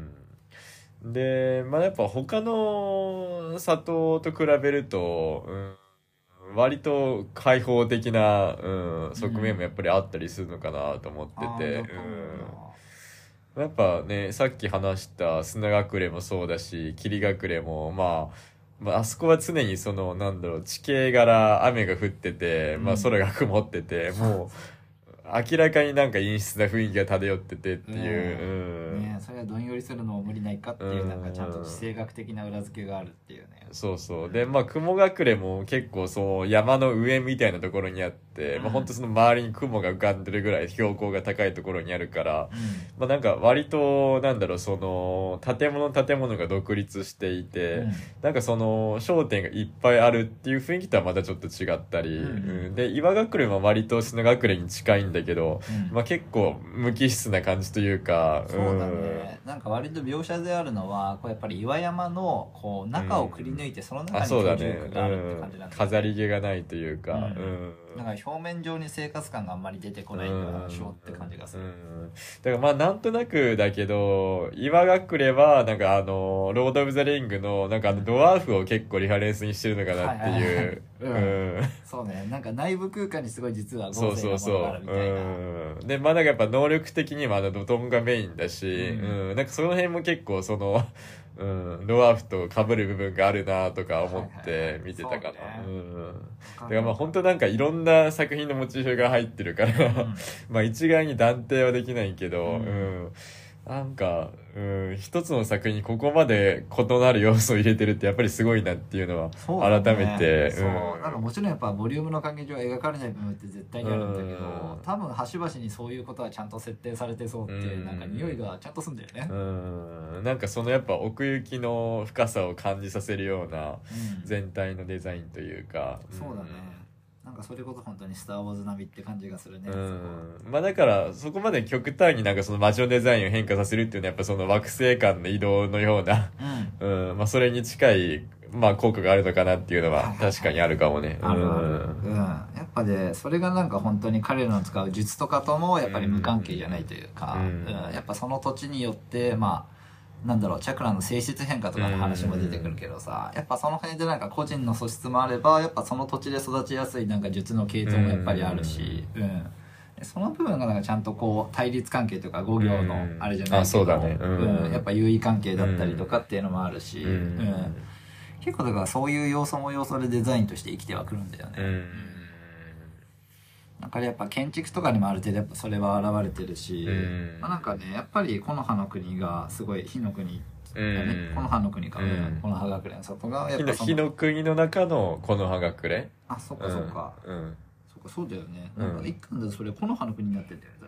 でやっぱ他の里と比べると、割と開放的な、側面もやっぱりあったりするのかなと思ってて、やっぱね、さっき話した砂隠れもそうだし霧隠れもあそこは常にその地形柄雨が降ってて、空が曇ってて、もう明らかになんか陰湿な雰囲気が漂っててっていう、 それはどんよりするのも無理ないかっていう、なんかちゃんと地政学的な裏付けがあるっていうね。 そうそう。で雲隠れも結構そう山の上みたいなところにあって、ほんとその周りに雲が浮かんでるぐらい標高が高いところにあるから、なんか割とその建物が独立していて、なんかその商店がいっぱいあるっていう雰囲気とはまたちょっと違ったり、で岩隠れも割と砂隠れに近いんだけど、結構無機質な感じというか、 そうだね。なんか割と描写であるのはこうやっぱり岩山のこう中をくり抜いて、その中に居住区があるって感じなんだ、 飾り気がないというか、 なんか表面上に生活感があんまり出てこない場所って感じがする。 だからなんとなくだけど岩隠れはなんかロード・オブ・ザ・リングのなんかドワーフを結構リファレンスにしてるのかなっていう、 そうね、なんか内部空間にすごい実は豪勢なものがあるみたいな。 でなんかやっぱ能力的にはドトンがメインだし、なんかその辺も結構そのドワーフと被る部分があるなとか思って見てたかな。だから本当なんかいろんな作品のモチーフが入ってるから一概に断定はできないけど、なんか一つの作品にここまで異なる要素を入れてるってやっぱりすごいなっていうのは改めて、 なんかもちろんやっぱボリュームの関係上描かれない部分って絶対にあるんだけど、多分端々にそういうことはちゃんと設定されてそうってなんか匂いがちゃんとすんだよね。 なんかそのやっぱ奥行きの深さを感じさせるような全体のデザインというか、 そうだね。なんかそれこそ本当にスター・ウォーズ並みって感じがするね。 だからそこまで極端になんかその街のデザインを変化させるっていうのはやっぱその惑星間の移動のような、それに近い効果があるのかなっていうのは確かにあるかもね。 やっぱでそれがなんか本当に彼らの使う術とかともやっぱり無関係じゃないというか、やっぱその土地によってなんだろう、チャクラの性質変化とかの話も出てくるけどさ、やっぱその辺でなんか個人の素質もあれば、やっぱその土地で育ちやすいなんか術の系統もやっぱりあるし、その部分がなんかちゃんとこう対立関係とか5行のあれじゃないけど、やっぱ優位関係だったりとかっていうのもあるし、結構だからそういう要素も要素でデザインとして生きてはくるんだよね。なんかやっぱ建築とかにもある程度やっぱそれは現れてるし、なんかねやっぱり木の葉の国がすごい火の国だね、木の葉の国か、木の葉隠れの里がやっぱ火の国の中の木の葉隠れ。 あ、そっかそっか、そうだよね。なんか一巻でそれ木の葉の国になってんだよね確か。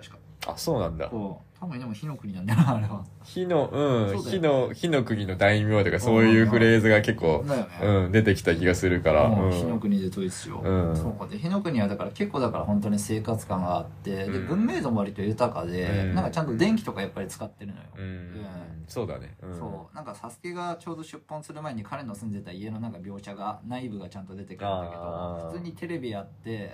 あ、そうなんだ。 多分でも火の国なんだよな、あれは。 火の国の大名とかそういうフレーズが結構、出てきた気がするから。 火の国で統一しよう。そうで、火の国はだから結構だから本当に生活感があって、で、文明度も割と豊かで、なんかちゃんと電気とかやっぱり使ってるのよ。 そうだね。 そう。なんかサスケがちょうど出版する前に彼の住んでた家のなんか描写が、内部がちゃんと出てくるんだけど、普通にテレビあって、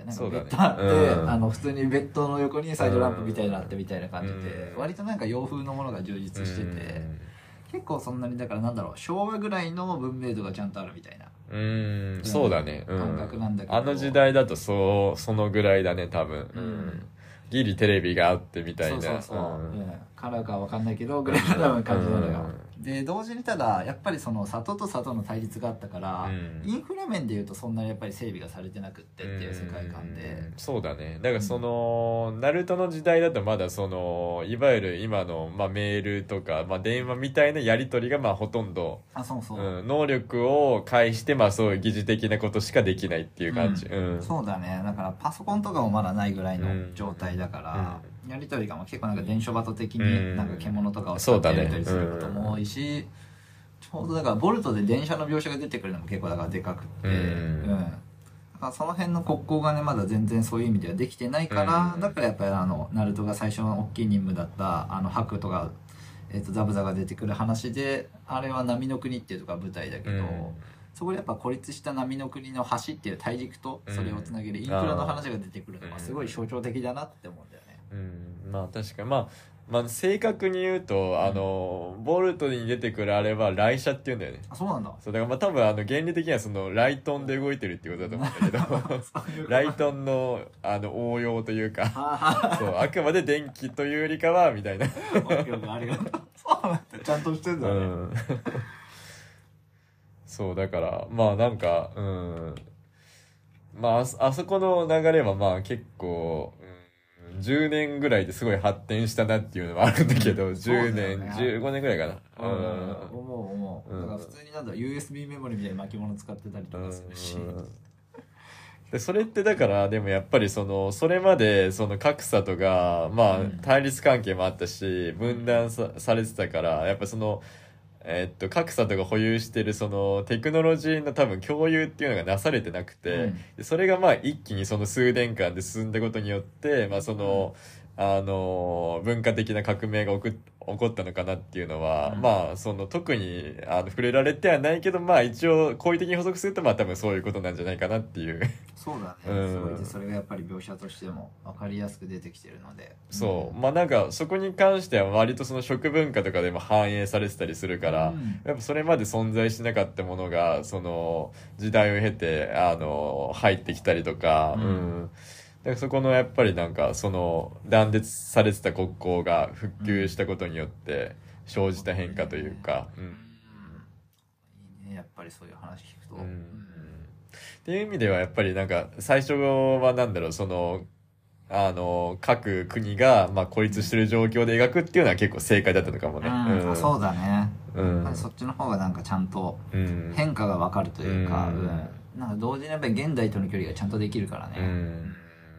なんかベッドあって、普通にベッドの横にサイドランプみたいになってみたいな感じで、割となんか洋風のものが充実してて、結構そんなにだからなんだろう、昭和ぐらいの文明度がちゃんとあるみたいな。 そうだね。 感覚なんだけど。 あの時代だとそのぐらいだね、多分。ギリテレビがあってみたいな。 そう。カラーかわかんないけど、ぐらいの多分感じなのよ。で、同時にただ、やっぱりその里と里の対立があったから、インフラ面で言うとそんなにやっぱり整備がされてなくってっていう世界観で。 そうだね。だからその、ナルトの時代だとまだその、いわゆる今の、メールとか、電話みたいなやり取りがほとんど、能力を介してそういう疑似的なことしかできないっていう感じ。 そうだね。だからパソコンとかもまだないぐらいの状態だから、やり取りが結構なんか伝書バト的になんか獣とかを使ってやり取りすることも多いし、ちょうどだからボルトで電車の描写が出てくるのも結構だからでかくって、だからその辺の国交がねまだ全然そういう意味ではできてないから、だからやっぱりナルトが最初の大きい任務だったハクとか、ザブザが出てくる話で、あれは波の国っていうとこが舞台だけど、そこでやっぱ孤立した波の国の橋っていう大陸とそれをつなげるインフラの話が出てくるのはすごい象徴的だなって思うんだよね。 確かに正確に言うとボルトに出てくるあれは雷射っていうんだよね。 あ、そうなんだ。 そうだから多分原理的にはそのライトンで動いてるっていうことだと思うんだけどライトンの応用というかそうあくまで電気というよりかはみたいなありがとう。そうなんだ。ちゃんとしてんだね。 そうだからなんかあそこの流れは結構10年ぐらいですごい発展したなっていうのはあるんだけど、10年、15年ぐらいかな。 思う。だから普通にUSB メモリみたいな巻物使ってたりとかするし。 でそれってだからでもやっぱりそれまでその格差とか対立関係もあったし分断されてたからやっぱ格差とか保有してるそのテクノロジーの多分共有っていうのがなされてなくて、それが一気にその数年間で進んだことによって文化的な革命が起こったのかなっていうのは、特に触れられてはないけど一応好意的に補足すると多分そういうことなんじゃないかなっていう。 そうだね、すごいそれがやっぱり描写としても分かりやすく出てきてるので、 なんかそこに関しては割とその食文化とかでも反映されてたりするから、やっぱそれまで存在しなかったものがその時代を経て入ってきたりとか、だからそこのやっぱりなんかその断絶されてた国交が復旧したことによって生じた変化というか、 いいねやっぱりそういう話聞くと、 っていう意味ではやっぱりなんか最初はなんだろうその各国が孤立してる状況で描くっていうのは結構正解だったのかもね。 そうだね、そっちの方がなんかちゃんと変化が分かるというか、なんか同時にやっぱり現代との距離がちゃんとできるからね。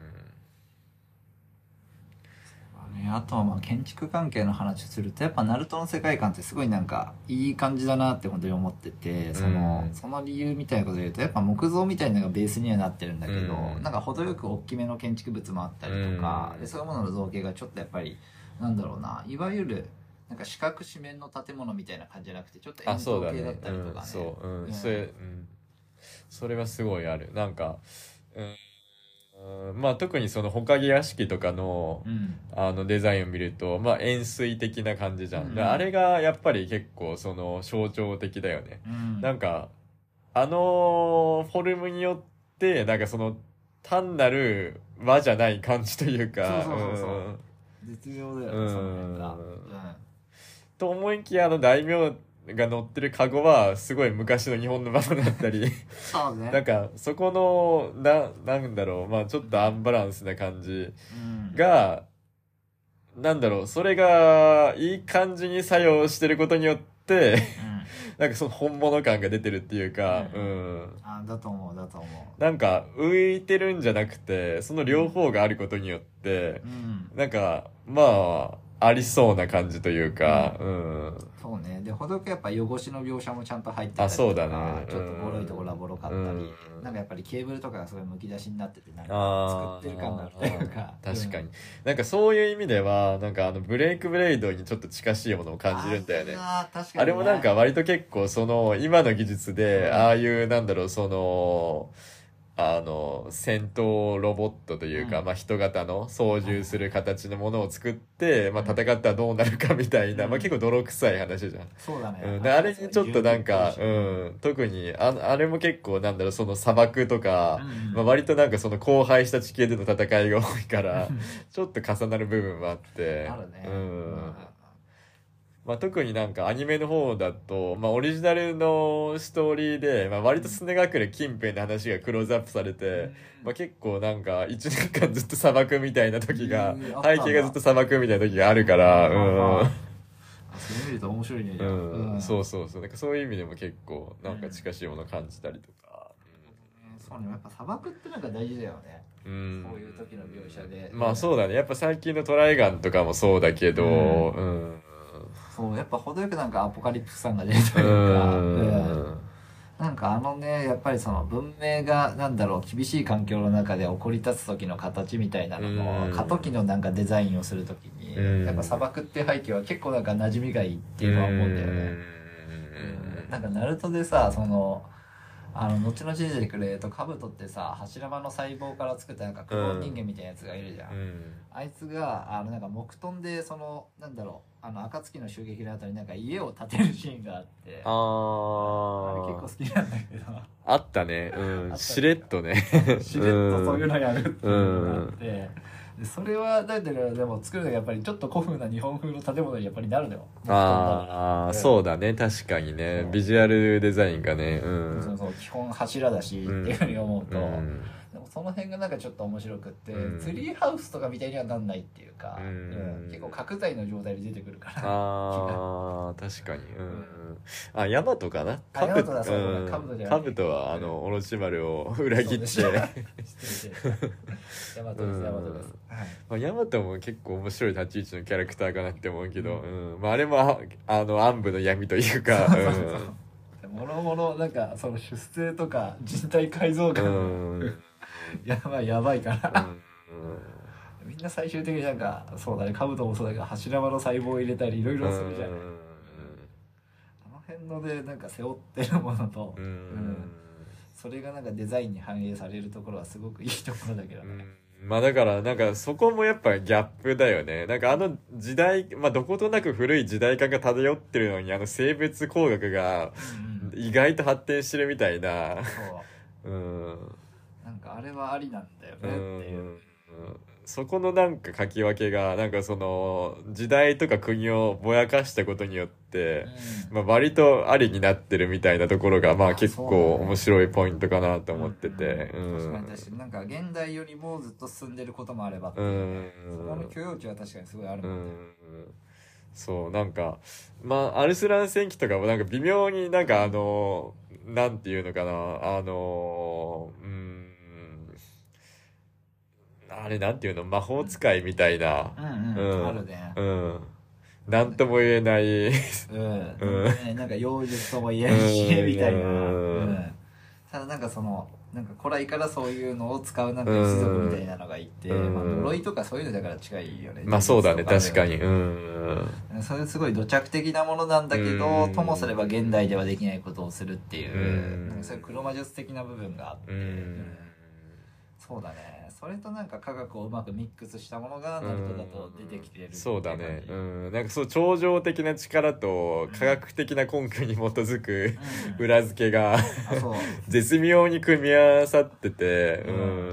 あとは建築関係の話するとやっぱナルトの世界観ってすごいなんかいい感じだなって本当に思ってて、その理由みたいなことで言うとやっぱ木造みたいなのがベースにはなってるんだけど、なんか程よく大きめの建築物もあったりとか、でそういうものの造形がちょっとやっぱりなんだろうな、いわゆるなんか四角四面の建物みたいな感じじゃなくてちょっと円筒形だったりとかね。 それはすごいある。なんか特にそのほかげ屋敷とかの、デザインを見ると円錐的な感じじゃん、あれがやっぱり結構その象徴的だよね、なんかフォルムによってなんかその単なる輪じゃない感じというか、 絶妙だよね、その辺が、 と思いきや大名が乗ってるカゴはすごい昔の日本のままだったりそうね、 なんかそこのなんだろうちょっとアンバランスな感じが、なんだろうそれがいい感じに作用してることによってなんかその本物感が出てるっていうか、 だと思う。 なんか浮いてるんじゃなくて、その両方があることによって、なんかまあありそうな感じというか、 そうね。で、ほどくやっぱ汚しの描写もちゃんと入ってたりとか、 そうだね、 ちょっとボロいところはボロかったり、なんかやっぱりケーブルとかがすごいむき出しになってて、なんか作ってる感があるというか。 確かに。なんかそういう意味では、なんかブレイクブレイドにちょっと近しいものを感じるんだよね。 確かにね。 あれもなんか割と結構その、今の技術で、ああいうなんだろう、その、戦闘ロボットというか、まあ人型の操縦する形のものを作って、まあ戦ったらどうなるかみたいな、まあ結構泥臭い話じゃん。 そうだね。 あれにちょっとなんか、特にあれも結構なんだろう、その砂漠とか、まあ割となんかその荒廃した地形での戦いが多いから、ちょっと重なる部分もあって、 あるね。 まあ、特になんかアニメの方だと、まあ、オリジナルのストーリーで、まあ、割とスネ隠れ近辺の話がクローズアップされて、まあ、結構なんか1年間ずっと砂漠みたいな時が、背景がずっと砂漠みたいな時があるから、 それ見ると面白いね。 そうそうそう。なんかそういう意味でも結構なんか近しいものを感じたりとか。 そうね、やっぱ砂漠ってなんか大事だよね。そういう時の描写で。 まあそうだね。やっぱ最近のトライガンとかもそうだけど、 そうやっぱ程よくなんかアポカリプスさんが出るというか、なんかやっぱりその文明がなんだろう厳しい環境の中で起こり立つ時の形みたいなのも過渡期のなんかデザインをする時にやっぱ砂漠っていう背景は結構なんか馴染みがいいっていうのは思うんだよね。なんかナルトでさその後々出てくるカブトってさ柱間の細胞から作ったなんかクローン人間みたいなやつがいるじゃん、あいつがなんか木遁でそのなんだろう暁の襲撃の後になんか家を建てるシーンがあってあれ結構好きなんだけどあったねしれっとねしれっとそういうのやるっていうのがあって、でそれはだけどでも作るのがやっぱりちょっと古風な日本風の建物にやっぱりなるのよ。 そうだね確かにねビジュアルデザインがねそう基本柱だしっていうふうに思うと、でもその辺がなんかちょっと面白くって、ツリーハウスとかみたいにはなんないっていうか、結構角材の状態で出てくるから確かにヤマトかなカブトはオロチマルを裏切ってヤマトですヤマトも結構面白い立ち位置のキャラクターかなって思うけど、あれも暗部の闇というかもろもろなんかその出生とか人体改造感やばいからみんな最終的になんかそうだねカブトもそうだけど柱間の細胞を入れたりいろいろするじゃない。辺のでなんか背負ってるものと、それがなんかデザインに反映されるところはすごくいいところだけどね。 まあだからなんかそこもやっぱギャップだよね。なんか時代どことなく古い時代感が漂ってるのに生物工学が意外と発展してるみたいな。なんかあれはありなんだよねっていう。 そこのなんか書き分けがなんかその時代とか国をぼやかしたことによって、割とありになってるみたいなところが結構面白いポイントかなと思ってて、 確かになんか現代よりもずっと進んでることもあればっていう、その許容値は確かにすごいあるもんね。 そうなんかアルスラン戦記とかもなんか微妙になんかなんていうのかなあれなんていうの魔法使いみたいなあるねなんとも言えないなんか妖術とも言えないしみたいなただなんかそのなんか古来からそういうのを使うなんか一族みたいなのがいて呪いとかそういうのだから近いよね。 そうだね確かにそれすごい土着的なものなんだけどともすれば現代ではできないことをするっていうなんかそういう黒魔術的な部分があってそうだね。それとなんか科学をうまくミックスしたものがナルトだと出てきてるってそうだねなんかそう超常的な力と科学的な根拠に基づく裏付けが絶妙に組み合わさってて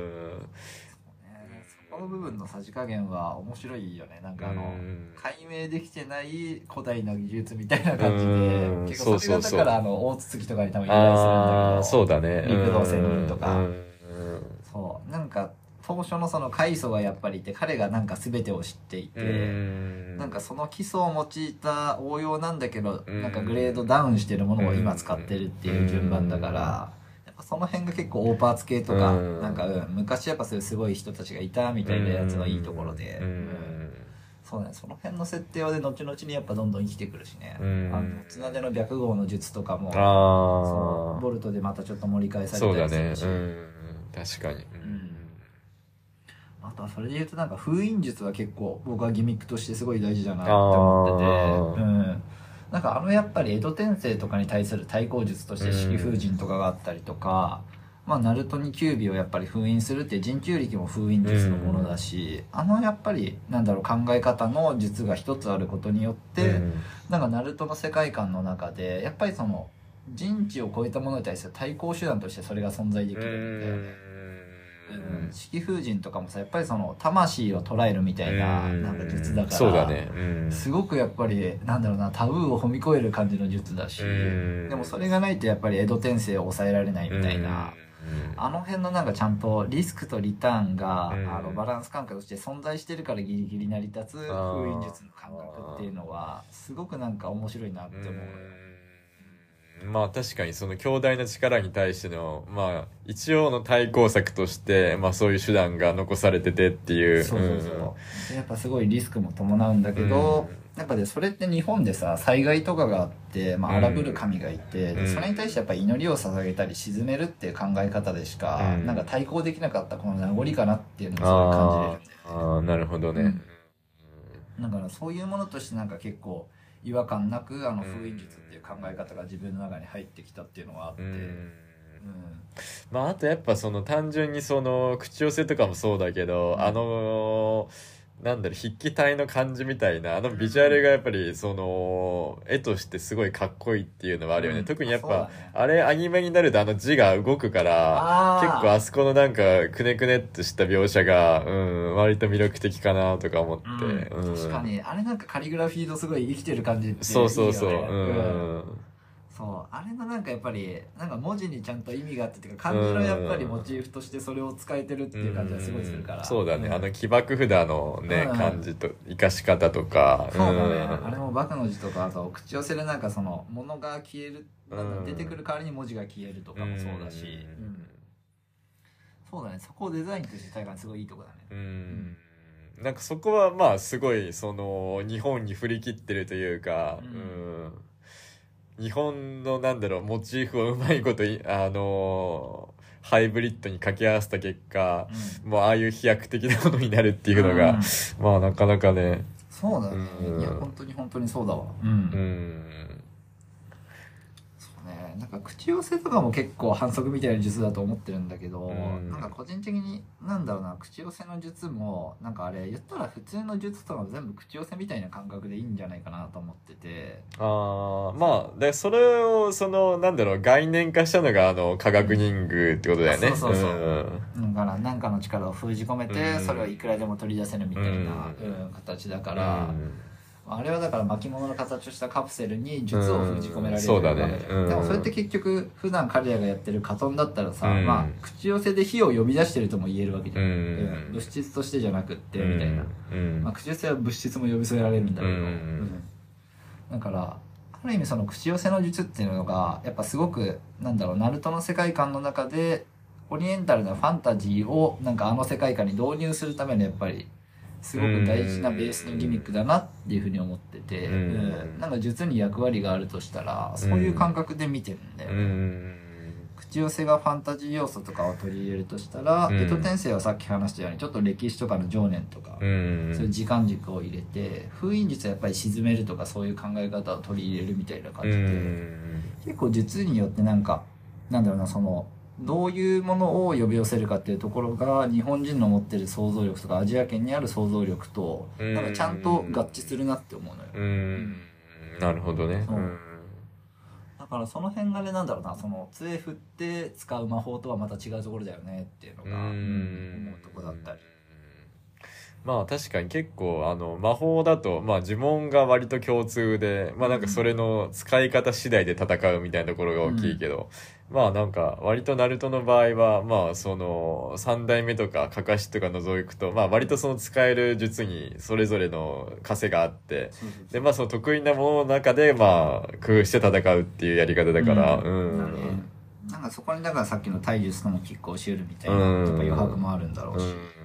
そこの部分のさじ加減は面白いよね。なんか解明できてない古代の技術みたいな感じで結構それがだから大筒とかに多分由来するんだけどそうだね陸道仙人とかそうなんか当初のその開祖がやっぱりいて、彼がなんか全てを知っていて、なんかその基礎を用いた応用なんだけど、なんかグレードダウンしてるものを今使ってるっていう順番だから、やっぱその辺が結構オーパーツ系とか、なんか昔やっぱそういうすごい人たちがいたみたいなやつのいいところで、そうね、その辺の設定はで後々にやっぱどんどん生きてくるしね、綱手の白毫の術とかもそうボルトでまたちょっと盛り返されたりするし、 そうだね、確かに、 あとはそれで言うとなんか封印術は結構僕はギミックとしてすごい大事だなって思ってて、なんかやっぱり江戸天聖とかに対する対抗術として式封神とかがあったりとか、まあナルトに九尾をやっぱり封印するっていう人中力も封印術のものだし、やっぱりなんだろう考え方の術が一つあることによって、なんかナルトの世界観の中でやっぱりその人知を超えたものに対する対抗手段としてそれが存在できるんだよね。式封神とかもさやっぱりその魂を捉えるみたいななんか術だから、 そうだね、 すごくやっぱりなんだろうなタブーを踏み越える感じの術だし、でもそれがないとやっぱり江戸天聖を抑えられないみたいな、あの辺のなんかちゃんとリスクとリターンがバランス感覚として存在してるからギリギリ成り立つ封印術の感覚っていうのはすごくなんか面白いなって思う。 まあ確かにその強大な力に対してのまあ一応の対抗策としてまあそういう手段が残されててっていう、 やっぱすごいリスクも伴うんだけど、やっぱでそれって日本でさ災害とかがあって、まあ、荒ぶる神がいて、それに対してやっぱ祈りを捧げたり鎮めるっていう考え方でしか、なんか対抗できなかったこの名残かなっていうのをすごい感じれるんだよね。 なるほどね、 だからそういうものとしてなんか結構違和感なく封印術っていう考え方が自分の中に入ってきたっていうのがあって、 まああとやっぱその単純にその口寄せとかもそうだけど、なんだろう筆記体の感じみたいなビジュアルがやっぱりその絵としてすごいかっこいいっていうのはあるよね、特にやっぱあれアニメになると字が動くから結構あそこのなんかくねくねっとした描写が割と魅力的かなとか思って、 確かにあれなんかカリグラフィードすごい生きてる感じっていいよね。そうあれのなんかやっぱりなんか文字にちゃんと意味があってっていうか漢字のやっぱりモチーフとしてそれを使えてるっていう感じがすごいするから、 そうだね、起爆札のね、感じと生かし方とか、 そうだね、あれもバクの字とかあと口寄せでなんかその物が消える、出てくる代わりに文字が消えるとかもそうだし、そうだね、そこをデザインとして体感すごいいいとこだね。 なんかそこはまあすごいその日本に振り切ってるというか、日本のなんだろうモチーフをうまいことハイブリッドに掛け合わせた結果、もうああいう飛躍的なものになるっていうのが、まあなかなかね。 そうだね、いや本当にそうだわ。そうね、なんか口寄せとかも結構反則みたいな術だと思ってるんだけど、なんか個人的になんだろうな、口寄せの術もなんかあれ言ったら普通の術とかも全部口寄せみたいな感覚でいいんじゃないかなと思ってて、 まあでそれをそのなんだろう概念化したのが科学忍具ってことだよね。 そうだから何かの力を封じ込めて、それをいくらでも取り出せるみたいな、形だから、あれはだから巻物の形をしたカプセルに術を封じ込められるわけで、でもそれって結局普段彼らがやってるカトンだったらさ、まあ口寄せで火を呼び出してるとも言えるわけじゃん、物質としてじゃなくってみたいな、まあ、口寄せは物質も呼び添えられるんだけど、だからある意味その口寄せの術っていうのがやっぱすごくなんだろうナルトの世界観の中でオリエンタルなファンタジーをなんか世界観に導入するためのやっぱりすごく大事なベースのギミックだなっていうふうに思ってて、なんか術に役割があるとしたらそういう感覚で見てるんだよね。口寄せがファンタジー要素とかを取り入れるとしたら、江戸天聖はさっき話したようにちょっと歴史とかの情念とか、そういう時間軸を入れて、封印術はやっぱり鎮めるとかそういう考え方を取り入れるみたいな感じで、結構術によってなんかなんだろうな、そのどういうものを呼び寄せるかっていうところが日本人の持ってる想像力とかアジア圏にある想像力となんかちゃんと合致するなって思うのよ。 なるほどね。 だからその辺がね、なんだろうな、その杖振って使う魔法とはまた違うところだよねっていうのが思うとこだったり。 まあ確かに結構魔法だとまあ呪文が割と共通で、まあなんかそれの使い方次第で戦うみたいなところが大きいけど、 まあなんか割とナルトの場合はまあその3代目とかカカシとか除くとまあ割とその使える術にそれぞれの枷があって、でまあその得意なものの中でまあ工夫して戦うっていうやり方だから、 なんかそこにだからさっきの体術ともキックを教えるみたいなやっぱ余白もあるんだろうし、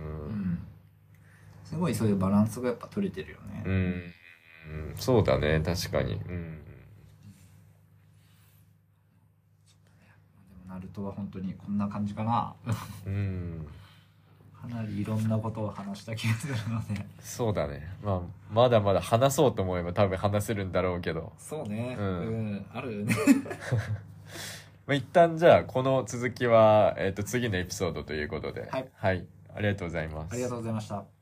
すごいそういうバランスがやっぱ取れてるよね。 そうだね、確かに。 ナルトは本当にこんな感じかな。かなりいろんなことを話した気がするので。 そうだね。まあまだまだ話そうと思えば多分話せるんだろうけど。 そうね。あるよね。 まあ一旦じゃあこの続きは次のエピソードということで。 はい。 ありがとうございます。 ありがとうございました。